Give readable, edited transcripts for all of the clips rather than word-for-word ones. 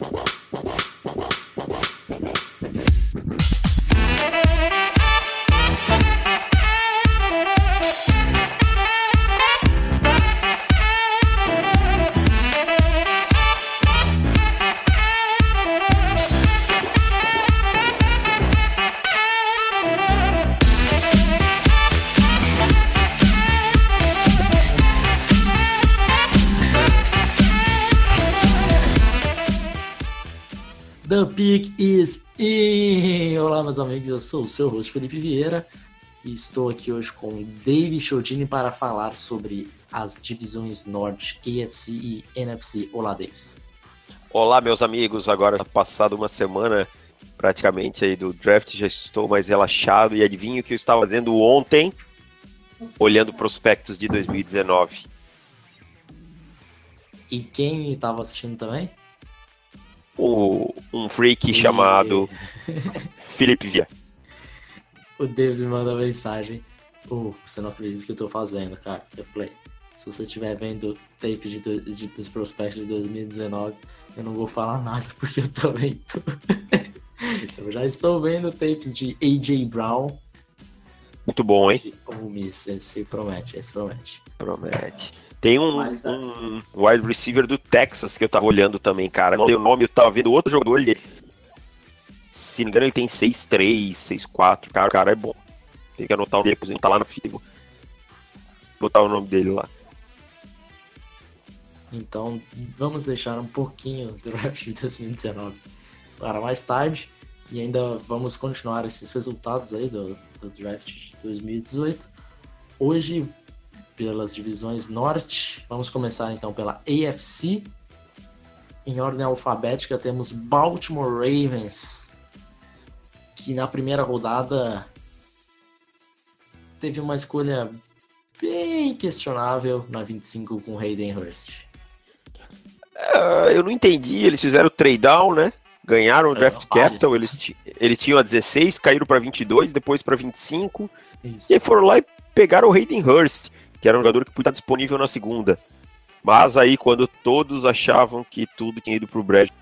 The pick is in! Olá, meus amigos, eu sou o seu host Felipe Vieira e estou aqui hoje com o Dave Chiodini para falar sobre as divisões Norte, AFC e NFC. Olá, Davis. Olá, meus amigos, agora passado uma semana praticamente aí do draft, já estou mais relaxado e adivinho o que eu estava fazendo ontem, olhando prospectos de 2019. E quem estava assistindo também? Um freak chamado Felipe Vieira. O Davis me manda mensagem. Você não acredita o que eu tô fazendo, cara. Eu falei, se você estiver vendo tape dos prospectos de 2019, eu não vou falar nada, porque eu também tô... Eu já estou vendo tapes de A.J. Brown. Muito bom, hein? Esse promete. Promete. Tem um wide receiver do Texas que eu tava olhando também, cara. Não dei o nome, eu tava vendo outro jogador. Se não me engano, ele tem 6'3", 6'4". Cara, o cara é bom. Tem que anotar o nome, tá lá no FIBO. Botar o nome dele lá. Então, vamos deixar um pouquinho do draft de 2019 para mais tarde. E ainda vamos continuar esses resultados aí do draft de 2018. Hoje, pelas divisões Norte, vamos começar então pela AFC. Em ordem alfabética temos Baltimore Ravens, que na primeira rodada teve uma escolha bem questionável na 25 com Hayden Hurst. Eu não entendi, eles fizeram o trade down, né? Ganharam o draft capital, eles tinham a 16, caíram para 22, depois para 25. Isso. E aí foram lá e pegaram o Hayden Hurst, que era um jogador que podia estar disponível na segunda. Mas aí, quando todos achavam que tudo tinha ido pro brejo...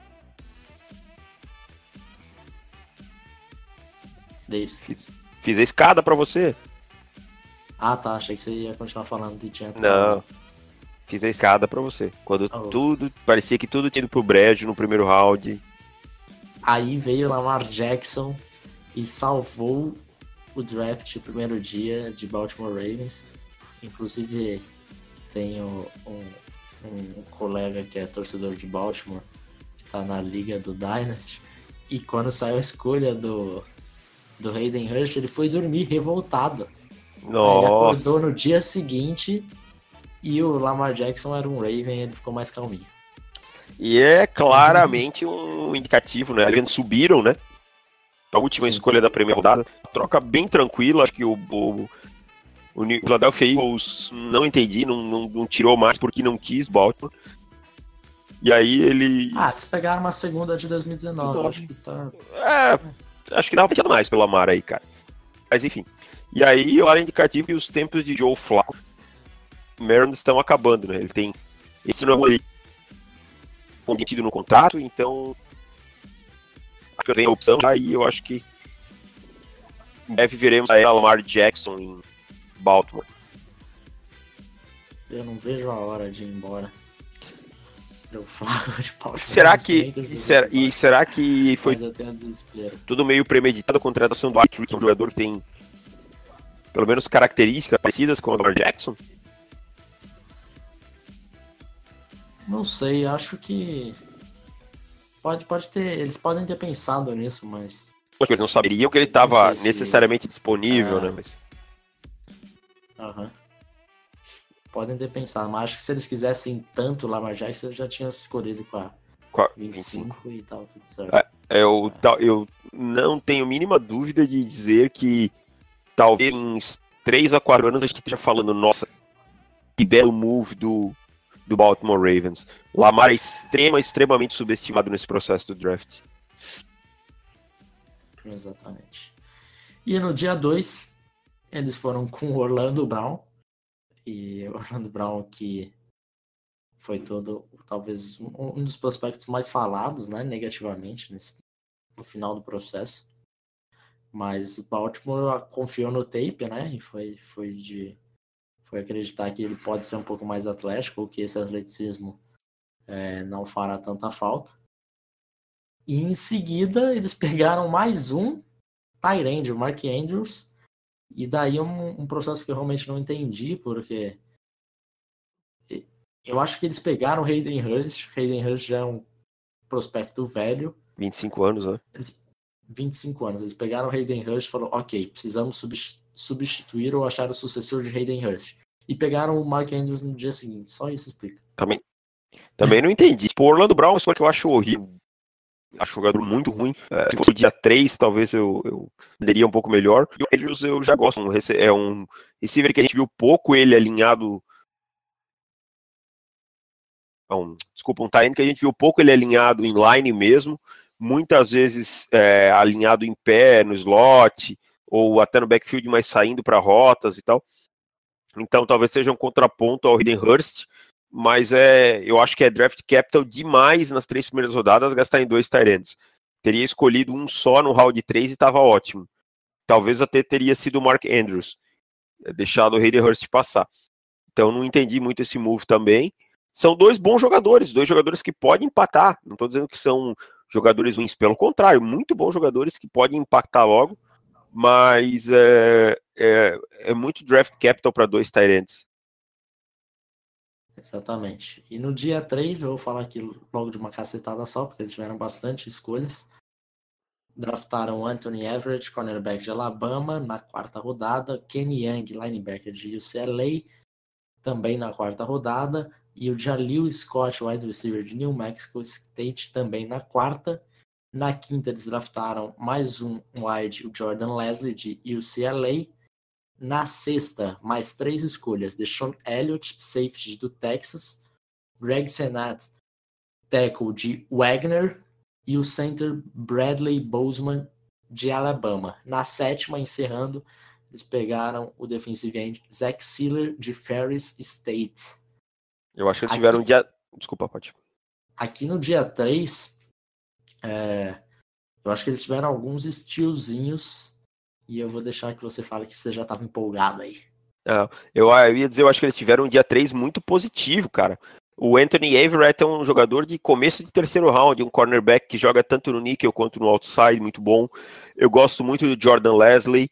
Davis. Fiz a escada pra você? Ah, tá. Achei que você ia continuar falando de tinha. Não. Fiz a escada pra você. Quando tudo... Parecia que tudo tinha ido pro brejo no primeiro round. Aí veio Lamar Jackson e salvou o draft o primeiro dia de Baltimore Ravens. Inclusive, tenho um colega que é torcedor de Baltimore, que tá na liga do Dynasty, e quando saiu a escolha do Hayden Hurst, ele foi dormir revoltado. Nossa. Ele acordou no dia seguinte e o Lamar Jackson era um Raven, ele ficou mais calminho. E é claramente um indicativo, né? Eles subiram, né? A última escolha da primeira rodada. Troca bem tranquila, acho que o Philadelphia Eagles, não entendi, não tirou mais porque não quis Baltimore. E aí ele... Eles pegaram uma segunda de 2019, acho que tá... Acho que dava pra mais pelo Lamar aí, cara. Mas enfim. E aí, olha, indicativo que os tempos de Joe Flacco Maryland estão acabando, né? Ele tem esse novo ali comprometido no contrato, então acho que eu tenho a opção, aí eu acho que em breve veremos a Lamar Jackson em Baltimore. Eu não vejo a hora de ir embora. Eu falo de Baltimore. Será que foi tudo meio premeditado a contratação do Arthur, que é um jogador que tem pelo menos características parecidas com o Lamar Jackson? Não sei, acho que pode ter, eles podem ter pensado nisso, mas porque eles não saberiam que ele estava necessariamente disponível, né? Aham. Podem ter pensado, mas acho que se eles quisessem tanto o Lamar Jackson, eles já tinham se escolhido com a 25 e tal, tudo certo. Eu não tenho a mínima dúvida de dizer que talvez em 3 a 4 anos a gente esteja falando, nossa, que belo move do Baltimore Ravens. Lamar é extremamente subestimado nesse processo do draft. Exatamente. E no dia 2, eles foram com o Orlando Brown. E o Orlando Brown que foi talvez um dos prospectos mais falados, né, negativamente no final do processo. Mas o Baltimore confiou no tape, né, e foi acreditar que ele pode ser um pouco mais atlético, ou que esse atleticismo não fará tanta falta. E em seguida eles pegaram mais um tight end, o Mark Andrews, e daí um processo que eu realmente não entendi, porque eu acho que eles pegaram o Hayden Hurst. Hayden Hurst já é um prospecto velho. 25 anos, né? 25 anos. Eles pegaram o Hayden Hurst e falaram, ok, precisamos substituir ou achar o sucessor de Hayden Hurst. E pegaram o Mark Andrews no dia seguinte. Só isso explica. Também não entendi. Tipo, o Orlando Brown é uma história que eu acho horrível. Acho jogador muito ruim. Se fosse dia 3, talvez eu daria um pouco melhor. E o Andrews eu já gosto. É um receiver que a gente viu pouco ele alinhado. Um tight end que a gente viu pouco ele alinhado em line mesmo. Muitas vezes alinhado em pé, no slot, ou até no backfield, mas saindo para rotas e tal. Então talvez seja um contraponto ao Hayden Hurst. Mas eu acho que é draft capital demais nas 3 primeiras rodadas gastar em 2 tight ends. Teria escolhido um só no round 3 e estava ótimo. Talvez até teria sido o Mark Andrews, deixado o Hayden Hurst passar. Então não entendi muito esse move também. São 2 bons jogadores, 2 jogadores que podem empatar. Não estou dizendo que são jogadores ruins, pelo contrário, muito bons jogadores que podem impactar logo, mas é muito draft capital para 2 tight ends. Exatamente. E no dia 3, eu vou falar aqui logo de uma cacetada só, porque eles tiveram bastante escolhas. Draftaram Anthony Everett, cornerback de Alabama, na 4ª rodada. Kenny Young, linebacker de UCLA, também na 4ª rodada. E o Jaleel Scott, wide receiver de New Mexico State, também na 4ª. Na 5ª, eles draftaram mais um wide, o Jordan Leslie, de UCLA. Na 6ª, mais 3 escolhas. DeShaun Elliott, safety do Texas. Greg Senat, tackle de Wagner. E o center Bradley Bozeman, de Alabama. Na 7ª, encerrando, eles pegaram o defensive end Zach Sealer, de Ferris State. Eu acho que eles tiveram um dia... Desculpa, pode. Aqui no dia 3, eu acho que eles tiveram alguns stealzinhos. E eu vou deixar que você fale que você já estava empolgado aí. Eu ia dizer, eu acho que eles tiveram um dia 3 muito positivo, cara. O Anthony Everett é um jogador de começo de 3º round, um cornerback que joga tanto no nickel quanto no outside, muito bom. Eu gosto muito do Jordan Leslie,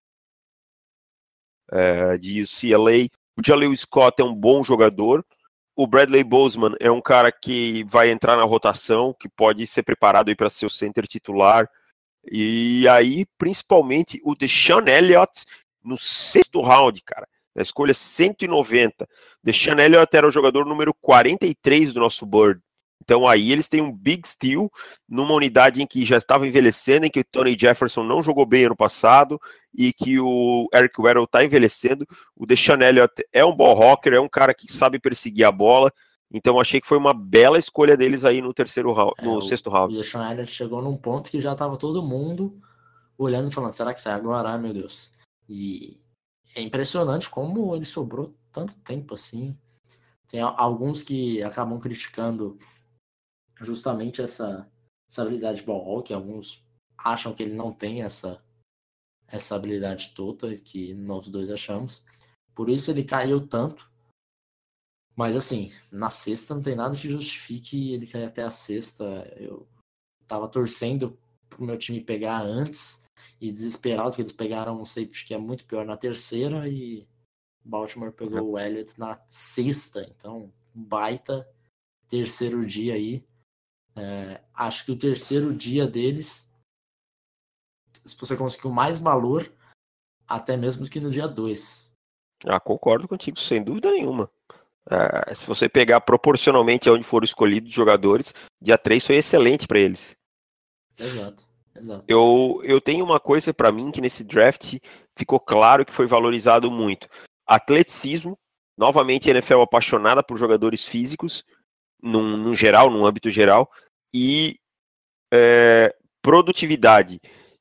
de UCLA. O Jaleel Scott é um bom jogador. O Bradley Bozeman é um cara que vai entrar na rotação, que pode ser preparado aí para ser o center titular. E aí, principalmente, o DeShaun Elliott no 6º round, cara. Na escolha 190. DeShaun Elliott era o jogador número 43 do nosso board. Então aí eles têm um big steal numa unidade em que já estava envelhecendo, em que o Tony Jefferson não jogou bem ano passado e que o Eric Weddle está envelhecendo. O DeShaun Elliott é um ball hawker, é um cara que sabe perseguir a bola. Então achei que foi uma bela escolha deles aí no 3º round, no 6º round. O DeShaun Elliott chegou num ponto que já estava todo mundo olhando e falando, será que sai agora? Ai, meu Deus. E é impressionante como ele sobrou tanto tempo assim. Tem alguns que acabam criticando justamente essa habilidade de ball hawk. Alguns acham que ele não tem essa habilidade toda que nós dois achamos. Por isso ele caiu tanto. Mas assim, na 6ª não tem nada que justifique ele cair até a 6ª. Eu tava torcendo pro meu time pegar antes e desesperado que eles pegaram um safety que é muito pior na 3ª e Baltimore pegou o Elliott na 6ª. Então, baita 3º dia aí. Acho que o 3º dia deles, se você conseguiu mais valor, até mesmo do que no dia 2. Concordo contigo, sem dúvida nenhuma. Se você pegar proporcionalmente aonde foram escolhidos os jogadores, dia 3 foi excelente para eles. Exato. Eu tenho uma coisa para mim que nesse draft ficou claro que foi valorizado muito. Atleticismo, novamente a NFL apaixonada por jogadores físicos, num âmbito geral, e produtividade.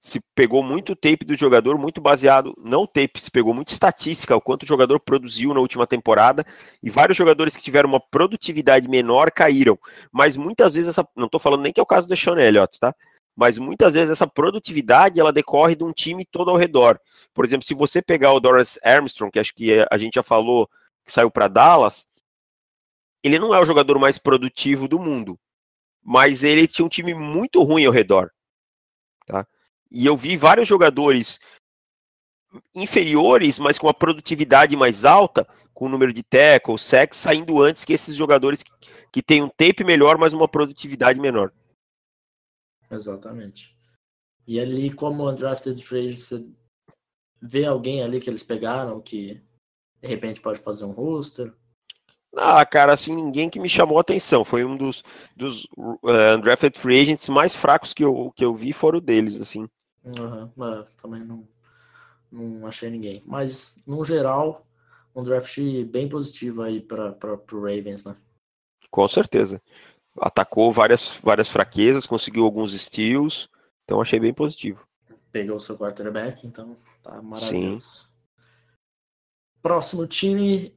se pegou muito tape do jogador, muito baseado, não tape, se pegou muito estatística, o quanto o jogador produziu na última temporada, e vários jogadores que tiveram uma produtividade menor caíram. Mas muitas vezes, não estou falando nem que é o caso do Sean Elliott, tá? Mas muitas vezes essa produtividade, ela decorre de um time todo ao redor. Por exemplo, se você pegar o Doris Armstrong, que acho que a gente já falou, que saiu para Dallas, ele não é o jogador mais produtivo do mundo, mas ele tinha um time muito ruim ao redor, tá? E eu vi vários jogadores inferiores, mas com uma produtividade mais alta, com o número de tackles, sacks, saindo antes que esses jogadores que têm um tape melhor, mas uma produtividade menor. Exatamente. E ali, como undrafted free, você vê alguém ali que eles pegaram que de repente pode fazer um roster? Ah, cara, assim, ninguém que me chamou a atenção. Foi um dos undrafted free agents mais fracos que eu vi, foram deles, assim. Também não achei ninguém. Mas, no geral, um draft bem positivo aí para o Ravens, né? Com certeza. Atacou várias fraquezas, conseguiu alguns steals, então achei bem positivo. Pegou o seu quarterback, então tá maravilhoso. Sim. Próximo time,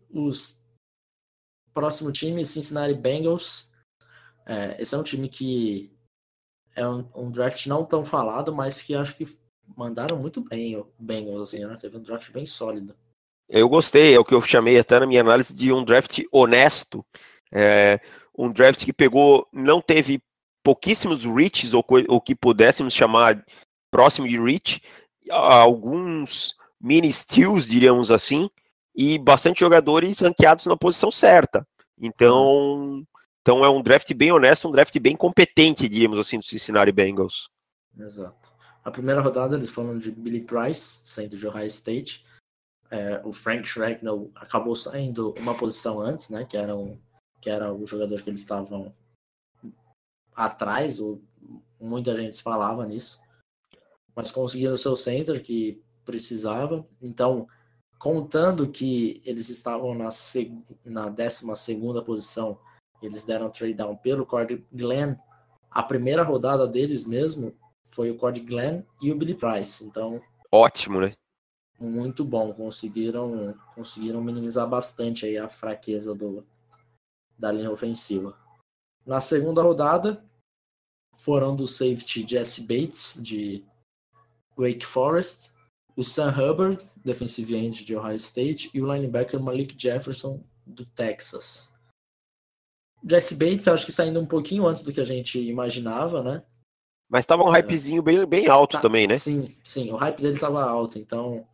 Cincinnati Bengals. Esse é um time que é um draft não tão falado, mas que acho que mandaram muito bem o Bengals, assim, né? Teve um draft bem sólido. Eu gostei, é o que eu chamei até na minha análise de um draft honesto. Um draft que pegou, não teve pouquíssimos reaches, ou que pudéssemos chamar próximo de reach, alguns mini steals, diríamos assim, e bastante jogadores ranqueados na posição certa. Então é um draft bem honesto, um draft bem competente, diríamos assim, do Cincinnati Bengals. Exato. A primeira rodada eles foram de Billy Price, centro de Ohio State. O Frank Schragnell acabou saindo uma posição antes, né? Que era o jogador que eles estavam atrás, muita gente falava nisso. Mas conseguiram o seu center que precisava. Então, contando que eles estavam na 12ª posição, eles deram trade down pelo Cordy Glenn. A primeira rodada deles mesmo foi o Cordy Glenn e o Billy Price. Então, ótimo, né? Muito bom. Conseguiram minimizar bastante aí a fraqueza da linha ofensiva. Na segunda rodada, foram do safety Jesse Bates, de Wake Forest, o Sam Hubbard, defensive end de Ohio State, e o linebacker Malik Jefferson, do Texas. Jesse Bates, acho que saindo um pouquinho antes do que a gente imaginava, né? Mas estava um hypezinho bem alto também, né? Sim, o hype dele estava alto, então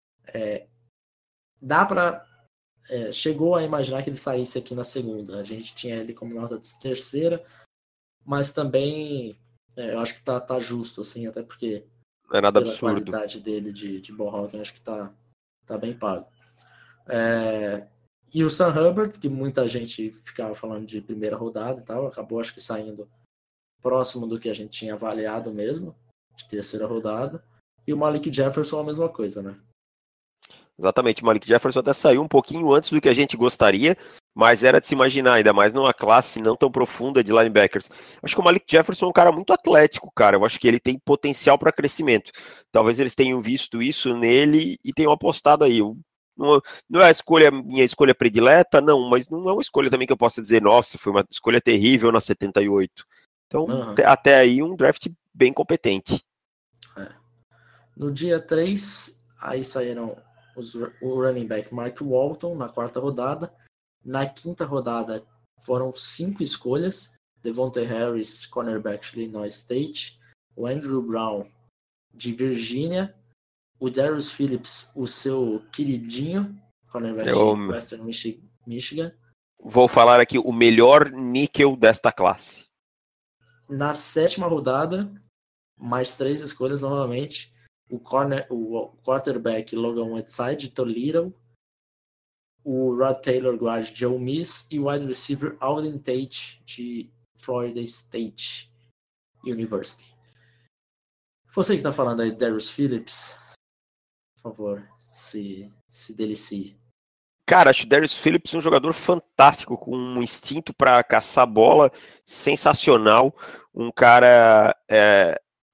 dá para chegou a imaginar que ele saísse aqui na segunda. A gente tinha ele como nota de terceira, mas também eu acho que tá justo, assim, até porque não é nada pela absurdo. qualidade dele de ball hawking, acho que tá bem pago. E o Sam Hubbard, que muita gente ficava falando de primeira rodada e tal, acabou acho que saindo próximo do que a gente tinha avaliado mesmo, de terceira rodada. E o Malik Jefferson a mesma coisa, né? Exatamente, o Malik Jefferson até saiu um pouquinho antes do que a gente gostaria, mas era de se imaginar, ainda mais numa classe não tão profunda de linebackers. Acho que o Malik Jefferson é um cara muito atlético, cara. Eu acho que ele tem potencial para crescimento. Talvez eles tenham visto isso nele e tenham apostado aí. Não é minha escolha predileta, não, mas não é uma escolha também que eu possa dizer, nossa, foi uma escolha terrível na 78. Então, até aí, um draft bem competente. No dia 3, aí saíram o running back Mark Walton na 4ª rodada. Na 5ª rodada foram 5 escolhas: Devontae Harris, cornerback de Illinois State, o Andrew Brown de Virgínia, o Darius Phillips, o seu queridinho, cornerback de Western Michigan. Vou falar aqui o melhor níquel desta classe. Na 7ª rodada, mais 3 escolhas novamente: o quarterback Logan Whiteside de Toledo, o Rod Taylor guard de Ole Miss e o wide receiver Auden Tate de Florida State University. Você que está falando aí, Darius Phillips, por favor, se delicie. Cara, acho o Darius Phillips um jogador fantástico, com um instinto para caçar bola sensacional, um cara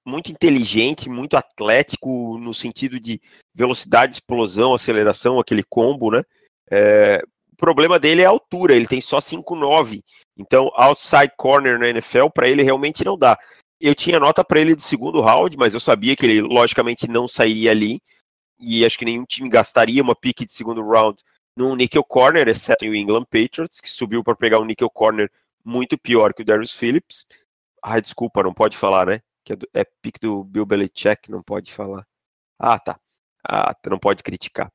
muito inteligente, muito atlético, no sentido de velocidade, explosão, aceleração, aquele combo, né? O problema dele é a altura, ele tem só 5'9", então outside corner na NFL, para ele realmente não dá. Eu tinha nota para ele de segundo round, mas eu sabia que ele logicamente não sairia ali, e acho que nenhum time gastaria uma pick de segundo round num nickel corner, exceto o New England Patriots, que subiu para pegar um nickel corner muito pior que o Darius Phillips. Ah, desculpa, não pode falar, né? Que é pick do Bill Belichick, não pode falar. Ah, tá. Não pode criticar.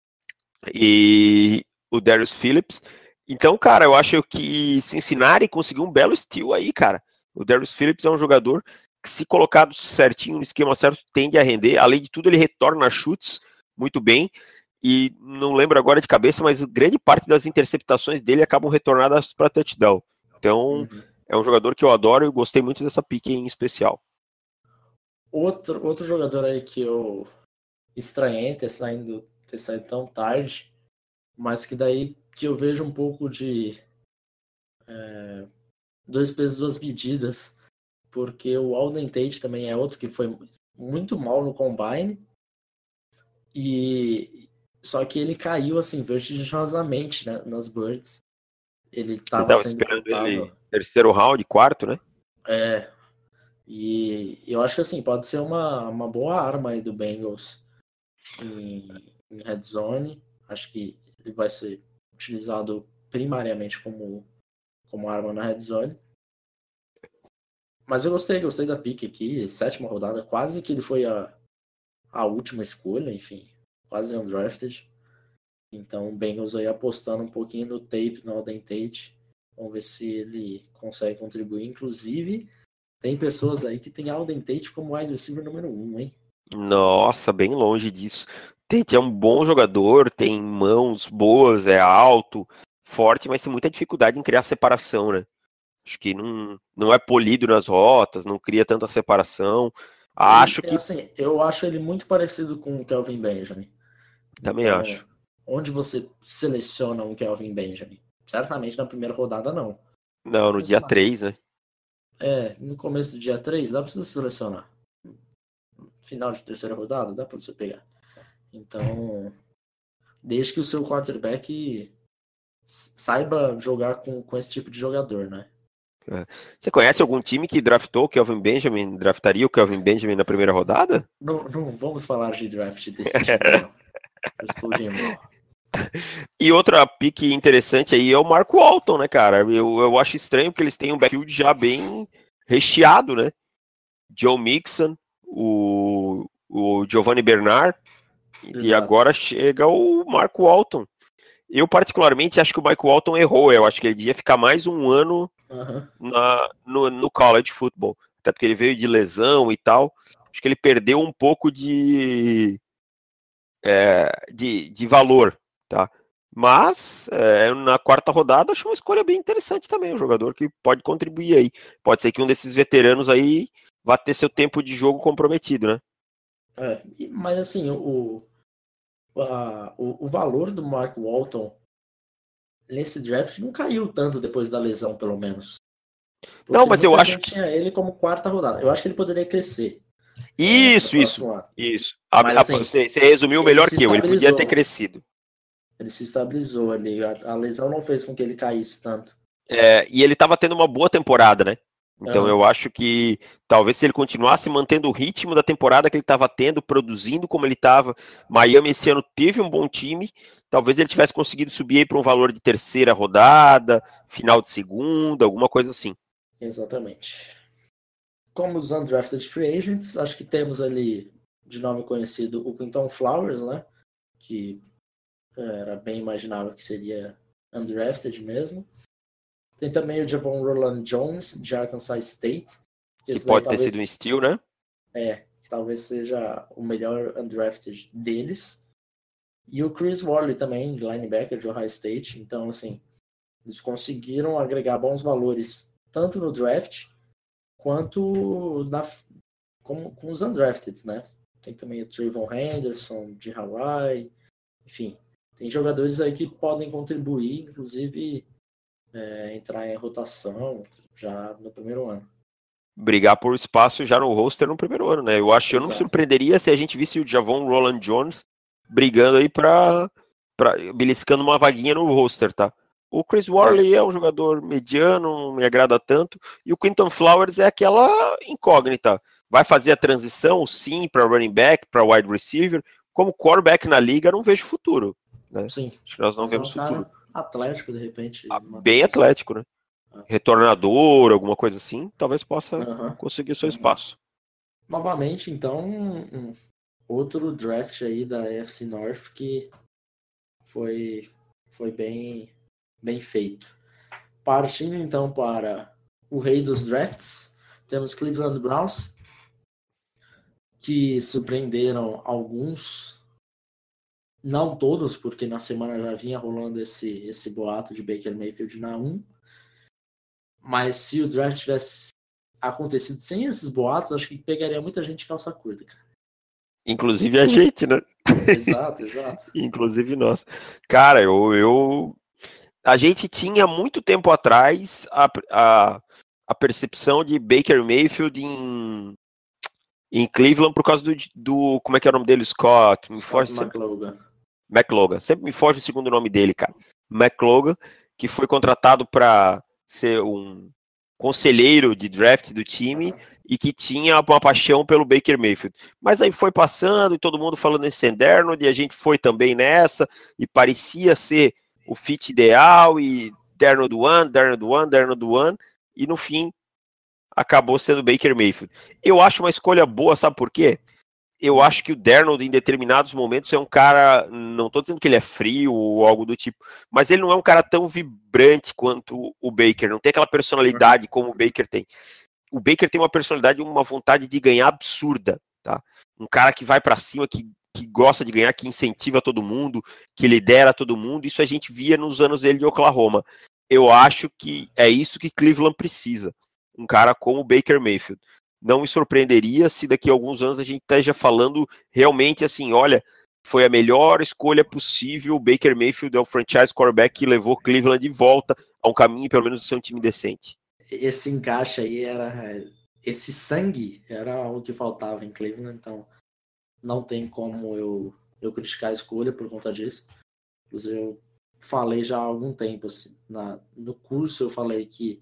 E o Darius Phillips. Então, cara, eu acho que Cincinnati conseguiu um belo steal aí, cara. O Darius Phillips é um jogador que, se colocado certinho, no esquema certo, tende a render. Além de tudo, ele retorna chutes muito bem. E não lembro agora de cabeça, mas grande parte das interceptações dele acabam retornadas para touchdown. Então, é um jogador que eu adoro e eu gostei muito dessa pique em especial. Outro jogador aí que eu estranhei ter saído tão tarde, mas que daí que eu vejo um pouco de dois pesos, duas medidas, porque o Alden Tate também é outro que foi muito mal no Combine, e só que ele caiu assim vertiginosamente, né, nas Birds. Ele estava sendo esperando cotado, ele terceiro round, quarto, né? E eu acho que assim, pode ser uma boa arma aí do Bengals em red zone. Acho que ele vai ser utilizado primariamente como arma na red zone. Mas eu gostei da pick aqui, sétima rodada, quase que ele foi a última escolha, enfim, quase undrafted. Então o Bengals aí apostando um pouquinho no tape, no Alden Tate. Vamos ver se ele consegue contribuir. Inclusive, tem pessoas aí que tem Alden Tate como wide receiver número 1, hein? Nossa, bem longe disso. Tate é um bom jogador, tem mãos boas, é alto, forte, mas tem muita dificuldade em criar separação, né? Acho que não é polido nas rotas, não cria tanta separação. Acho que... Assim, eu acho ele muito parecido com o Kelvin Benjamin. Também Então, acho. onde você seleciona um Kelvin Benjamin? Certamente na primeira rodada, não. Não, no Mas, dia 3, né? no começo do dia 3, dá pra você selecionar. Final de terceira rodada, dá pra você pegar. Então, desde que o seu quarterback saiba jogar com esse tipo de jogador, né? Você conhece algum time que draftou o Kelvin Benjamin, draftaria o Kelvin Benjamin na primeira rodada? Não vamos falar de draft desse tipo, não. Eu estou rindo. E outra pique interessante aí é o Marco Walton, né, cara? Eu acho estranho que eles têm um backfield já bem recheado, né? Joe Mixon, o Giovanni Bernard, e Exato. agora chega o Marco Walton. Eu, particularmente, acho que o Michael Walton errou. Eu acho que ele devia ficar mais um ano no college football. Até porque ele veio de lesão e tal. Acho que ele perdeu um pouco de valor, tá? Mas, na quarta rodada, acho uma escolha bem interessante também. Um jogador que pode contribuir aí. Pode ser que um desses veteranos aí vá ter seu tempo de jogo comprometido, né? Mas assim, o valor do Mark Walton nesse draft não caiu tanto depois da lesão, pelo menos. Porque não, mas eu acho que... tinha ele como quarta rodada. Eu acho que ele poderia crescer. Isso. Mas, assim, você resumiu melhor que eu. Ele podia ter crescido. Ele se estabilizou ali. A lesão não fez com que ele caísse tanto. E ele estava tendo uma boa temporada, né? Então eu acho que talvez se ele continuasse mantendo o ritmo da temporada que ele estava tendo, produzindo como ele estava, Miami esse ano teve um bom time, talvez ele tivesse conseguido subir aí para um valor de terceira rodada, final de segunda, alguma coisa assim. Exatamente. Como os undrafted free agents, acho que temos ali, de nome conhecido, o Quinton Flowers, né? Que era bem imaginável que seria undrafted mesmo. Tem também o Javon Roland Jones, de Arkansas State. Que pode ter sido um steal, né? Que talvez seja o melhor undrafted deles. E o Chris Worley também, linebacker de Ohio State. Então, assim, eles conseguiram agregar bons valores tanto no draft quanto com os undrafted, né? Tem também o Trayvon Henderson, de Hawaii. Enfim, tem jogadores aí que podem contribuir, inclusive entrar em rotação já no primeiro ano. brigar por espaço já no roster no primeiro ano, né? Eu não me surpreenderia se a gente visse o Javon Roland Jones brigando aí beliscando uma vaguinha no roster, tá? O Chris Worley é um jogador mediano, não me agrada tanto, e o Quinton Flowers é aquela incógnita. Vai fazer a transição, sim, para running back, para wide receiver. Como quarterback na liga, não vejo futuro. Né? Sim. Acho que nós não vemos futuro. Atlético, de repente. Bem atlético, né? Retornador, alguma coisa assim, talvez possa conseguir o seu espaço. Novamente, então, outro draft aí da AFC North que foi bem feito. Partindo então para o rei dos drafts, temos Cleveland Browns, que surpreenderam alguns, não todos, porque na semana já vinha rolando esse boato de Baker Mayfield na 1. Mas se o draft tivesse acontecido sem esses boatos, acho que pegaria muita gente de calça curta, cara. Inclusive a gente, né? Exato. Inclusive nós. Cara, a gente tinha muito tempo atrás a percepção de Baker Mayfield em Cleveland por causa do como é que é o nome dele? Scott McLogan. Sempre me foge o segundo nome dele, cara. McLogan, que foi contratado para ser um conselheiro de draft do time e que tinha uma paixão pelo Baker Mayfield. Mas aí foi passando e todo mundo falando em Sam Darnold e a gente foi também nessa e parecia ser o fit ideal e Darnold one e no fim acabou sendo Baker Mayfield. Eu acho uma escolha boa, sabe por quê? Eu acho que o Darnold, em determinados momentos, é um cara, não estou dizendo que ele é frio ou algo do tipo, mas ele não é um cara tão vibrante quanto o Baker, não tem aquela personalidade como o Baker tem. O Baker tem uma personalidade e uma vontade de ganhar absurda, tá? Um cara que vai para cima, que gosta de ganhar, que incentiva todo mundo, que lidera todo mundo, isso a gente via nos anos dele de Oklahoma. Eu acho que é isso que Cleveland precisa, um cara como o Baker Mayfield. Não me surpreenderia se daqui a alguns anos a gente esteja falando realmente assim, olha, foi a melhor escolha possível, o Baker Mayfield é o franchise quarterback que levou Cleveland de volta a um caminho, pelo menos, de ser um time decente. Esse encaixe aí esse sangue era o que faltava em Cleveland, então não tem como eu criticar a escolha por conta disso. Inclusive, eu falei já há algum tempo, assim, no curso eu falei que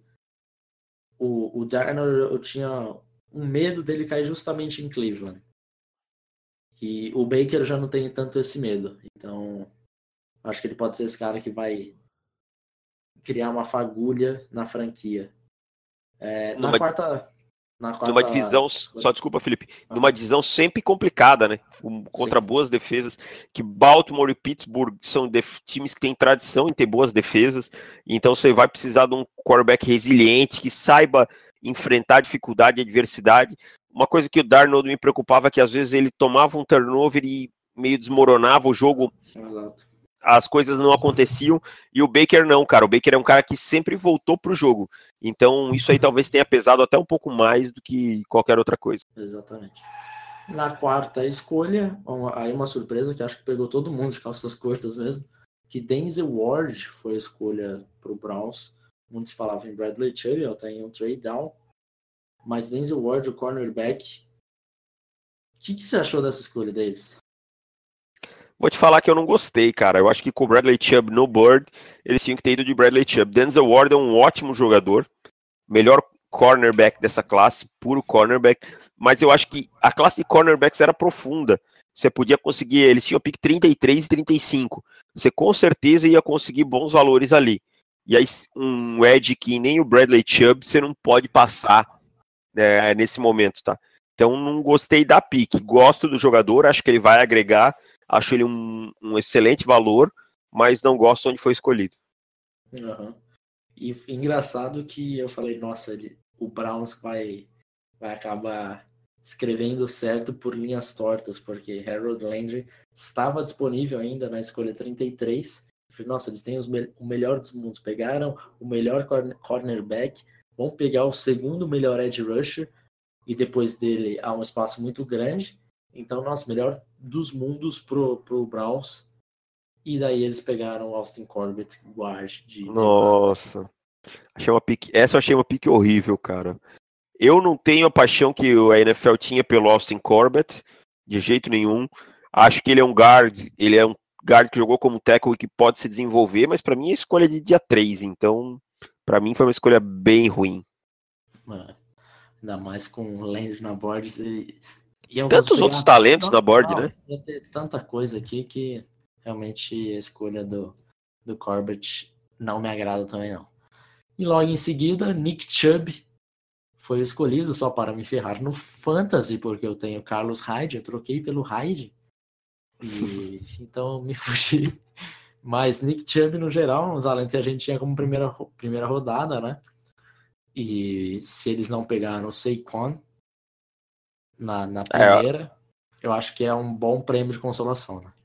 o Darnold, eu tinha um medo dele cair justamente em Cleveland. E o Baker já não tem tanto esse medo. Então, acho que ele pode ser esse cara que vai criar uma fagulha na franquia. Numa divisão, só desculpa, Felipe, numa divisão sempre complicada, né? Contra boas defesas, que Baltimore e Pittsburgh são times que têm tradição em ter boas defesas, então você vai precisar de um quarterback resiliente, que saiba enfrentar dificuldade e adversidade. Uma coisa que o Darnold me preocupava é que às vezes ele tomava um turnover e meio desmoronava o jogo. Exato. As coisas não aconteciam, e o Baker não, cara. O Baker é um cara que sempre voltou pro jogo. Então, isso aí talvez tenha pesado até um pouco mais do que qualquer outra coisa. Exatamente. Na quarta escolha, aí uma surpresa que acho que pegou todo mundo de calças curtas mesmo, que Denzel Ward foi a escolha pro Browns. Muitos falavam em Bradley Chubb, até em um trade down. Mas Denzel Ward, o cornerback, o que você achou dessa escolha deles? Vou te falar que eu não gostei, cara. Eu acho que com o Bradley Chubb no board, eles tinham que ter ido de Bradley Chubb. Denzel Ward é um ótimo jogador, melhor cornerback dessa classe, puro cornerback, mas eu acho que a classe de cornerbacks era profunda. Você podia conseguir, eles tinham pick 33 e 35. Você com certeza ia conseguir bons valores ali. E aí um edge que nem o Bradley Chubb você não pode passar nesse momento, tá? Então não gostei da pick. Gosto do jogador, acho que ele vai agregar. Acho ele um excelente valor, mas não gosto onde foi escolhido. Uhum. E engraçado que eu falei, nossa, o Browns vai acabar escrevendo certo por linhas tortas, porque Harold Landry estava disponível ainda na escolha 33. Eu falei, nossa, eles têm o melhor dos mundos. Pegaram o melhor cornerback, vão pegar o segundo melhor edge rusher, e depois dele há um espaço muito grande. Então, nossa, melhor dos mundos pro Browns. E daí eles pegaram o Austin Corbett, guard de... Nossa. Essa eu achei uma pique horrível, cara. Eu não tenho a paixão que a NFL tinha pelo Austin Corbett, de jeito nenhum. Acho que ele é um guard que jogou como tackle e que pode se desenvolver, mas para mim é escolha de dia 3, então para mim foi uma escolha bem ruim. Ainda mais com o Landry na board e eu Tantos outros talentos na board, né? Ia ter tanta coisa aqui que realmente a escolha do Corbett não me agrada também não. E logo em seguida, Nick Chubb foi escolhido só para me ferrar no Fantasy, porque eu tenho Carlos Hyde, eu troquei pelo Hyde. E então me fugi. Mas Nick Chubb, no geral, os além que a gente tinha como primeira rodada, né? E se eles não pegaram o Saquon na primeira, eu acho que é um bom prêmio de consolação, né?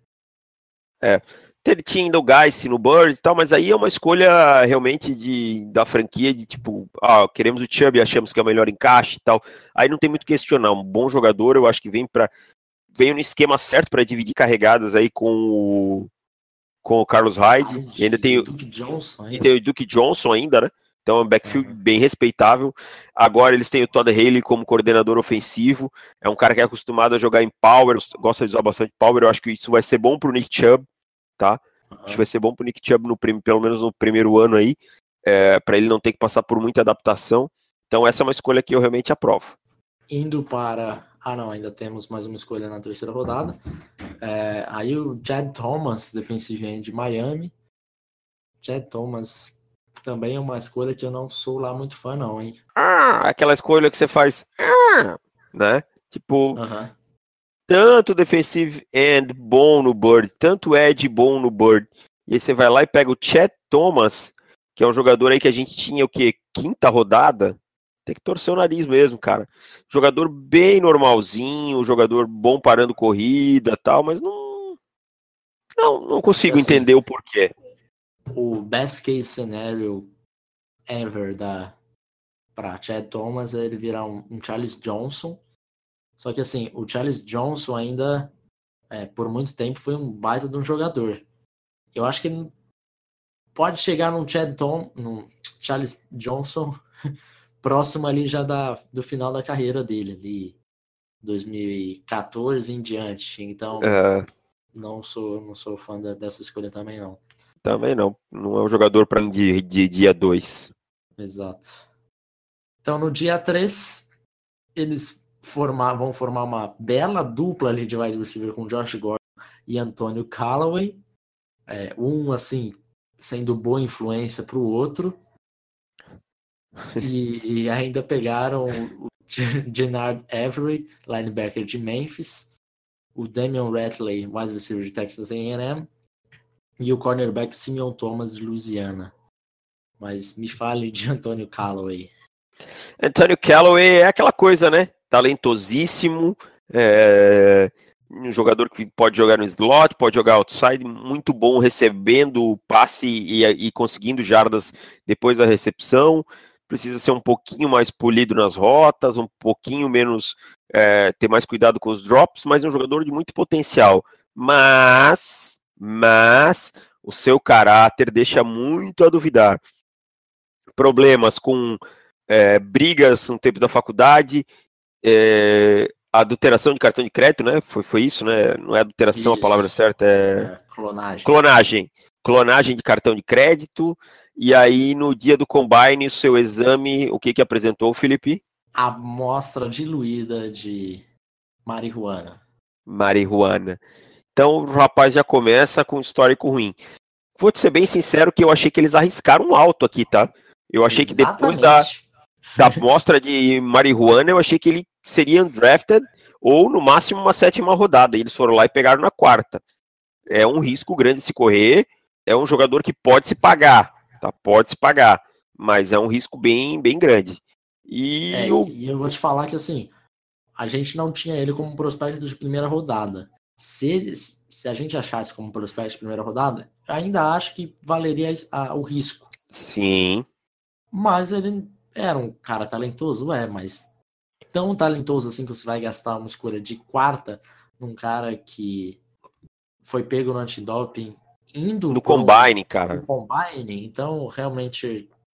Ele tinha ainda o Guice no Bird e tal, mas aí é uma escolha realmente da franquia de tipo, queremos o Chubb, achamos que é o melhor encaixe e tal. Aí não tem muito o que questionar. Um bom jogador, eu acho que veio no esquema certo para dividir carregadas aí com o Carlos Hyde. E ainda tem o Duke Johnson ainda, né? Então é um backfield bem respeitável. Agora eles têm o Todd Haley como coordenador ofensivo. É um cara que é acostumado a jogar em power, gosta de usar bastante power. Eu acho que isso vai ser bom pro Nick Chubb, tá? Acho que vai ser bom pro Nick Chubb pelo menos no primeiro ano aí, para ele não ter que passar por muita adaptação. Então essa é uma escolha que eu realmente aprovo. Indo para... não, ainda temos mais uma escolha na terceira rodada. Aí o Chad Thomas, defensive end de Miami. Chad Thomas também é uma escolha que eu não sou lá muito fã não, hein? Aquela escolha que você faz, né? Tipo, tanto defensive end bom no Bird, tanto edge bom no Bird, e aí você vai lá e pega o Chad Thomas, que é um jogador aí que a gente tinha o quê? Quinta rodada? Tem que torcer o nariz mesmo, cara. Jogador bem normalzinho, jogador bom parando corrida e tal, mas não consigo entender o porquê. O best case scenario ever para Chad Thomas é ele virar um Charles Johnson. Só que assim, o Charles Johnson ainda por muito tempo foi um baita de um jogador. Eu acho que ele pode chegar num Charles Johnson próximo ali já do final da carreira dele, ali 2014 em diante. Então não sou fã dessa escolha também não. Também não é um jogador para mim de dia 2. Exato. Então no dia 3 eles vão formar uma bela dupla ali de wide receiver com Josh Gordon e Antonio Callaway. Um assim sendo boa influência para o outro. E ainda pegaram o Gennard Avery, linebacker de Memphis, o Damian Ratley, wide receiver de Texas A&M, e o cornerback Simeon Thomas de Louisiana. Mas me fale de Antonio Callaway. Antonio Callaway é aquela coisa, né? Talentosíssimo, um jogador que pode jogar no slot, pode jogar outside, muito bom recebendo o passe e conseguindo jardas depois da recepção. Precisa ser um pouquinho mais polido nas rotas, um pouquinho menos, ter mais cuidado com os drops, mas é um jogador de muito potencial. Mas o seu caráter deixa muito a duvidar. Problemas com brigas no tempo da faculdade, adulteração de cartão de crédito, né? Foi isso, né? Não é adulteração a palavra certa, clonagem de cartão de crédito. E aí, no dia do combine, o seu exame, o que apresentou, Felipe? Amostra diluída de marihuana. Então, o rapaz já começa com um histórico ruim. Vou te ser bem sincero que eu achei que eles arriscaram alto aqui, tá? Eu achei que depois da amostra de marihuana, eu achei que ele seria undrafted ou, no máximo, uma 7ª rodada. E eles foram lá e pegaram na 4ª. É um risco grande se correr. É um jogador que pode se pagar, tá? Pode se pagar, mas é um risco bem, bem grande. E eu vou te falar que, assim, a gente não tinha ele como prospecto de primeira rodada. Se a gente achasse como prospecto de primeira rodada, ainda acho que valeria o risco. Sim. Mas ele era um cara talentoso, mas tão talentoso assim que você vai gastar uma escolha de 4ª num cara que foi pego no antidoping indo no combine, cara. No combine, então realmente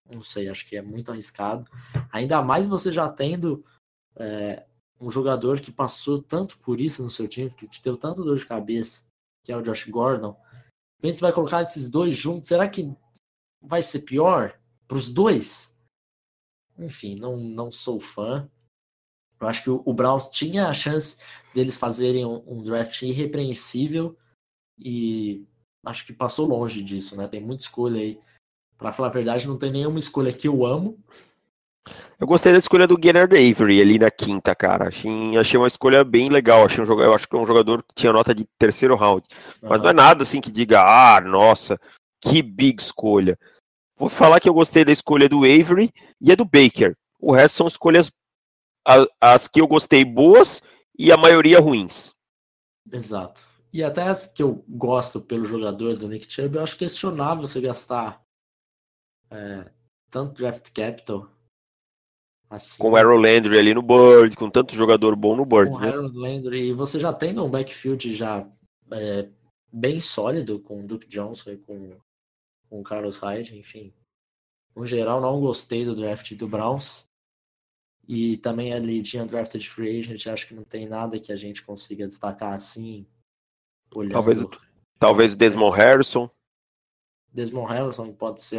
Não sei, acho que é muito arriscado. Ainda mais você já tendo um jogador que passou tanto por isso no seu time, que te deu tanto dor de cabeça, que é o Josh Gordon. A gente vai colocar esses dois juntos, será que vai ser pior para os dois? Enfim, não sou fã. Eu acho que o Browns tinha a chance deles fazerem um draft irrepreensível e acho que passou longe disso, né? Tem muita escolha aí. Pra falar a verdade, não tem nenhuma escolha que eu amo. Eu gostei da escolha do Gennard Avery ali na quinta, cara. Achei uma escolha bem legal. Eu acho que é um jogador que tinha nota de terceiro round. Mas não é nada assim que diga, nossa, que big escolha. Vou falar que eu gostei da escolha do Avery e a do Baker. O resto são escolhas, as que eu gostei boas e a maioria ruins. Exato. E até as que eu gosto pelo jogador do Nick Chubb, eu acho questionável você gastar tanto draft capital assim. Com o Aaron Landry ali no board, com tanto jogador bom no board, Com o né? Aaron Landry, e você já tendo um backfield já bem sólido com o Duke Johnson e com o Carlos Hyde, enfim. No geral, não gostei do draft do Browns. E também ali tinha drafted free agent, acho que não tem nada que a gente consiga destacar assim, olhando. Talvez o Desmond Harrison. Desmond Harrison pode ser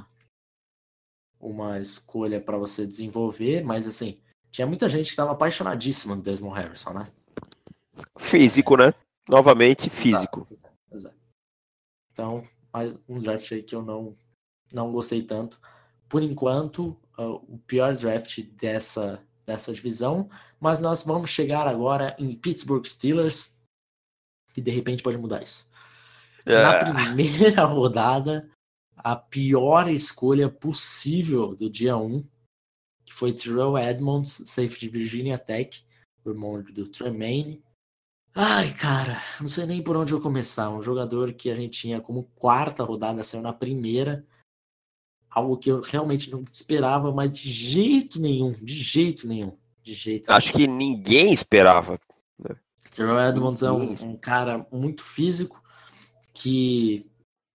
uma escolha para você desenvolver, mas assim, tinha muita gente que estava apaixonadíssima no Desmond Harrison, né? Físico, né? Novamente, físico. Exato. Então, mais um draft aí que eu não gostei tanto. Por enquanto, o pior draft dessa divisão, mas nós vamos chegar agora em Pittsburgh Steelers e de repente pode mudar isso. Na primeira rodada, a pior escolha possível do dia 1, que foi Terrell Edmonds, safety de Virginia Tech, o irmão do Tremaine. Ai, cara, não sei nem por onde eu começar. Um jogador que a gente tinha como quarta rodada, saiu na primeira. Algo que eu realmente não esperava, mas de jeito nenhum. Acho que ninguém esperava. Terrell Edmonds é um cara muito físico que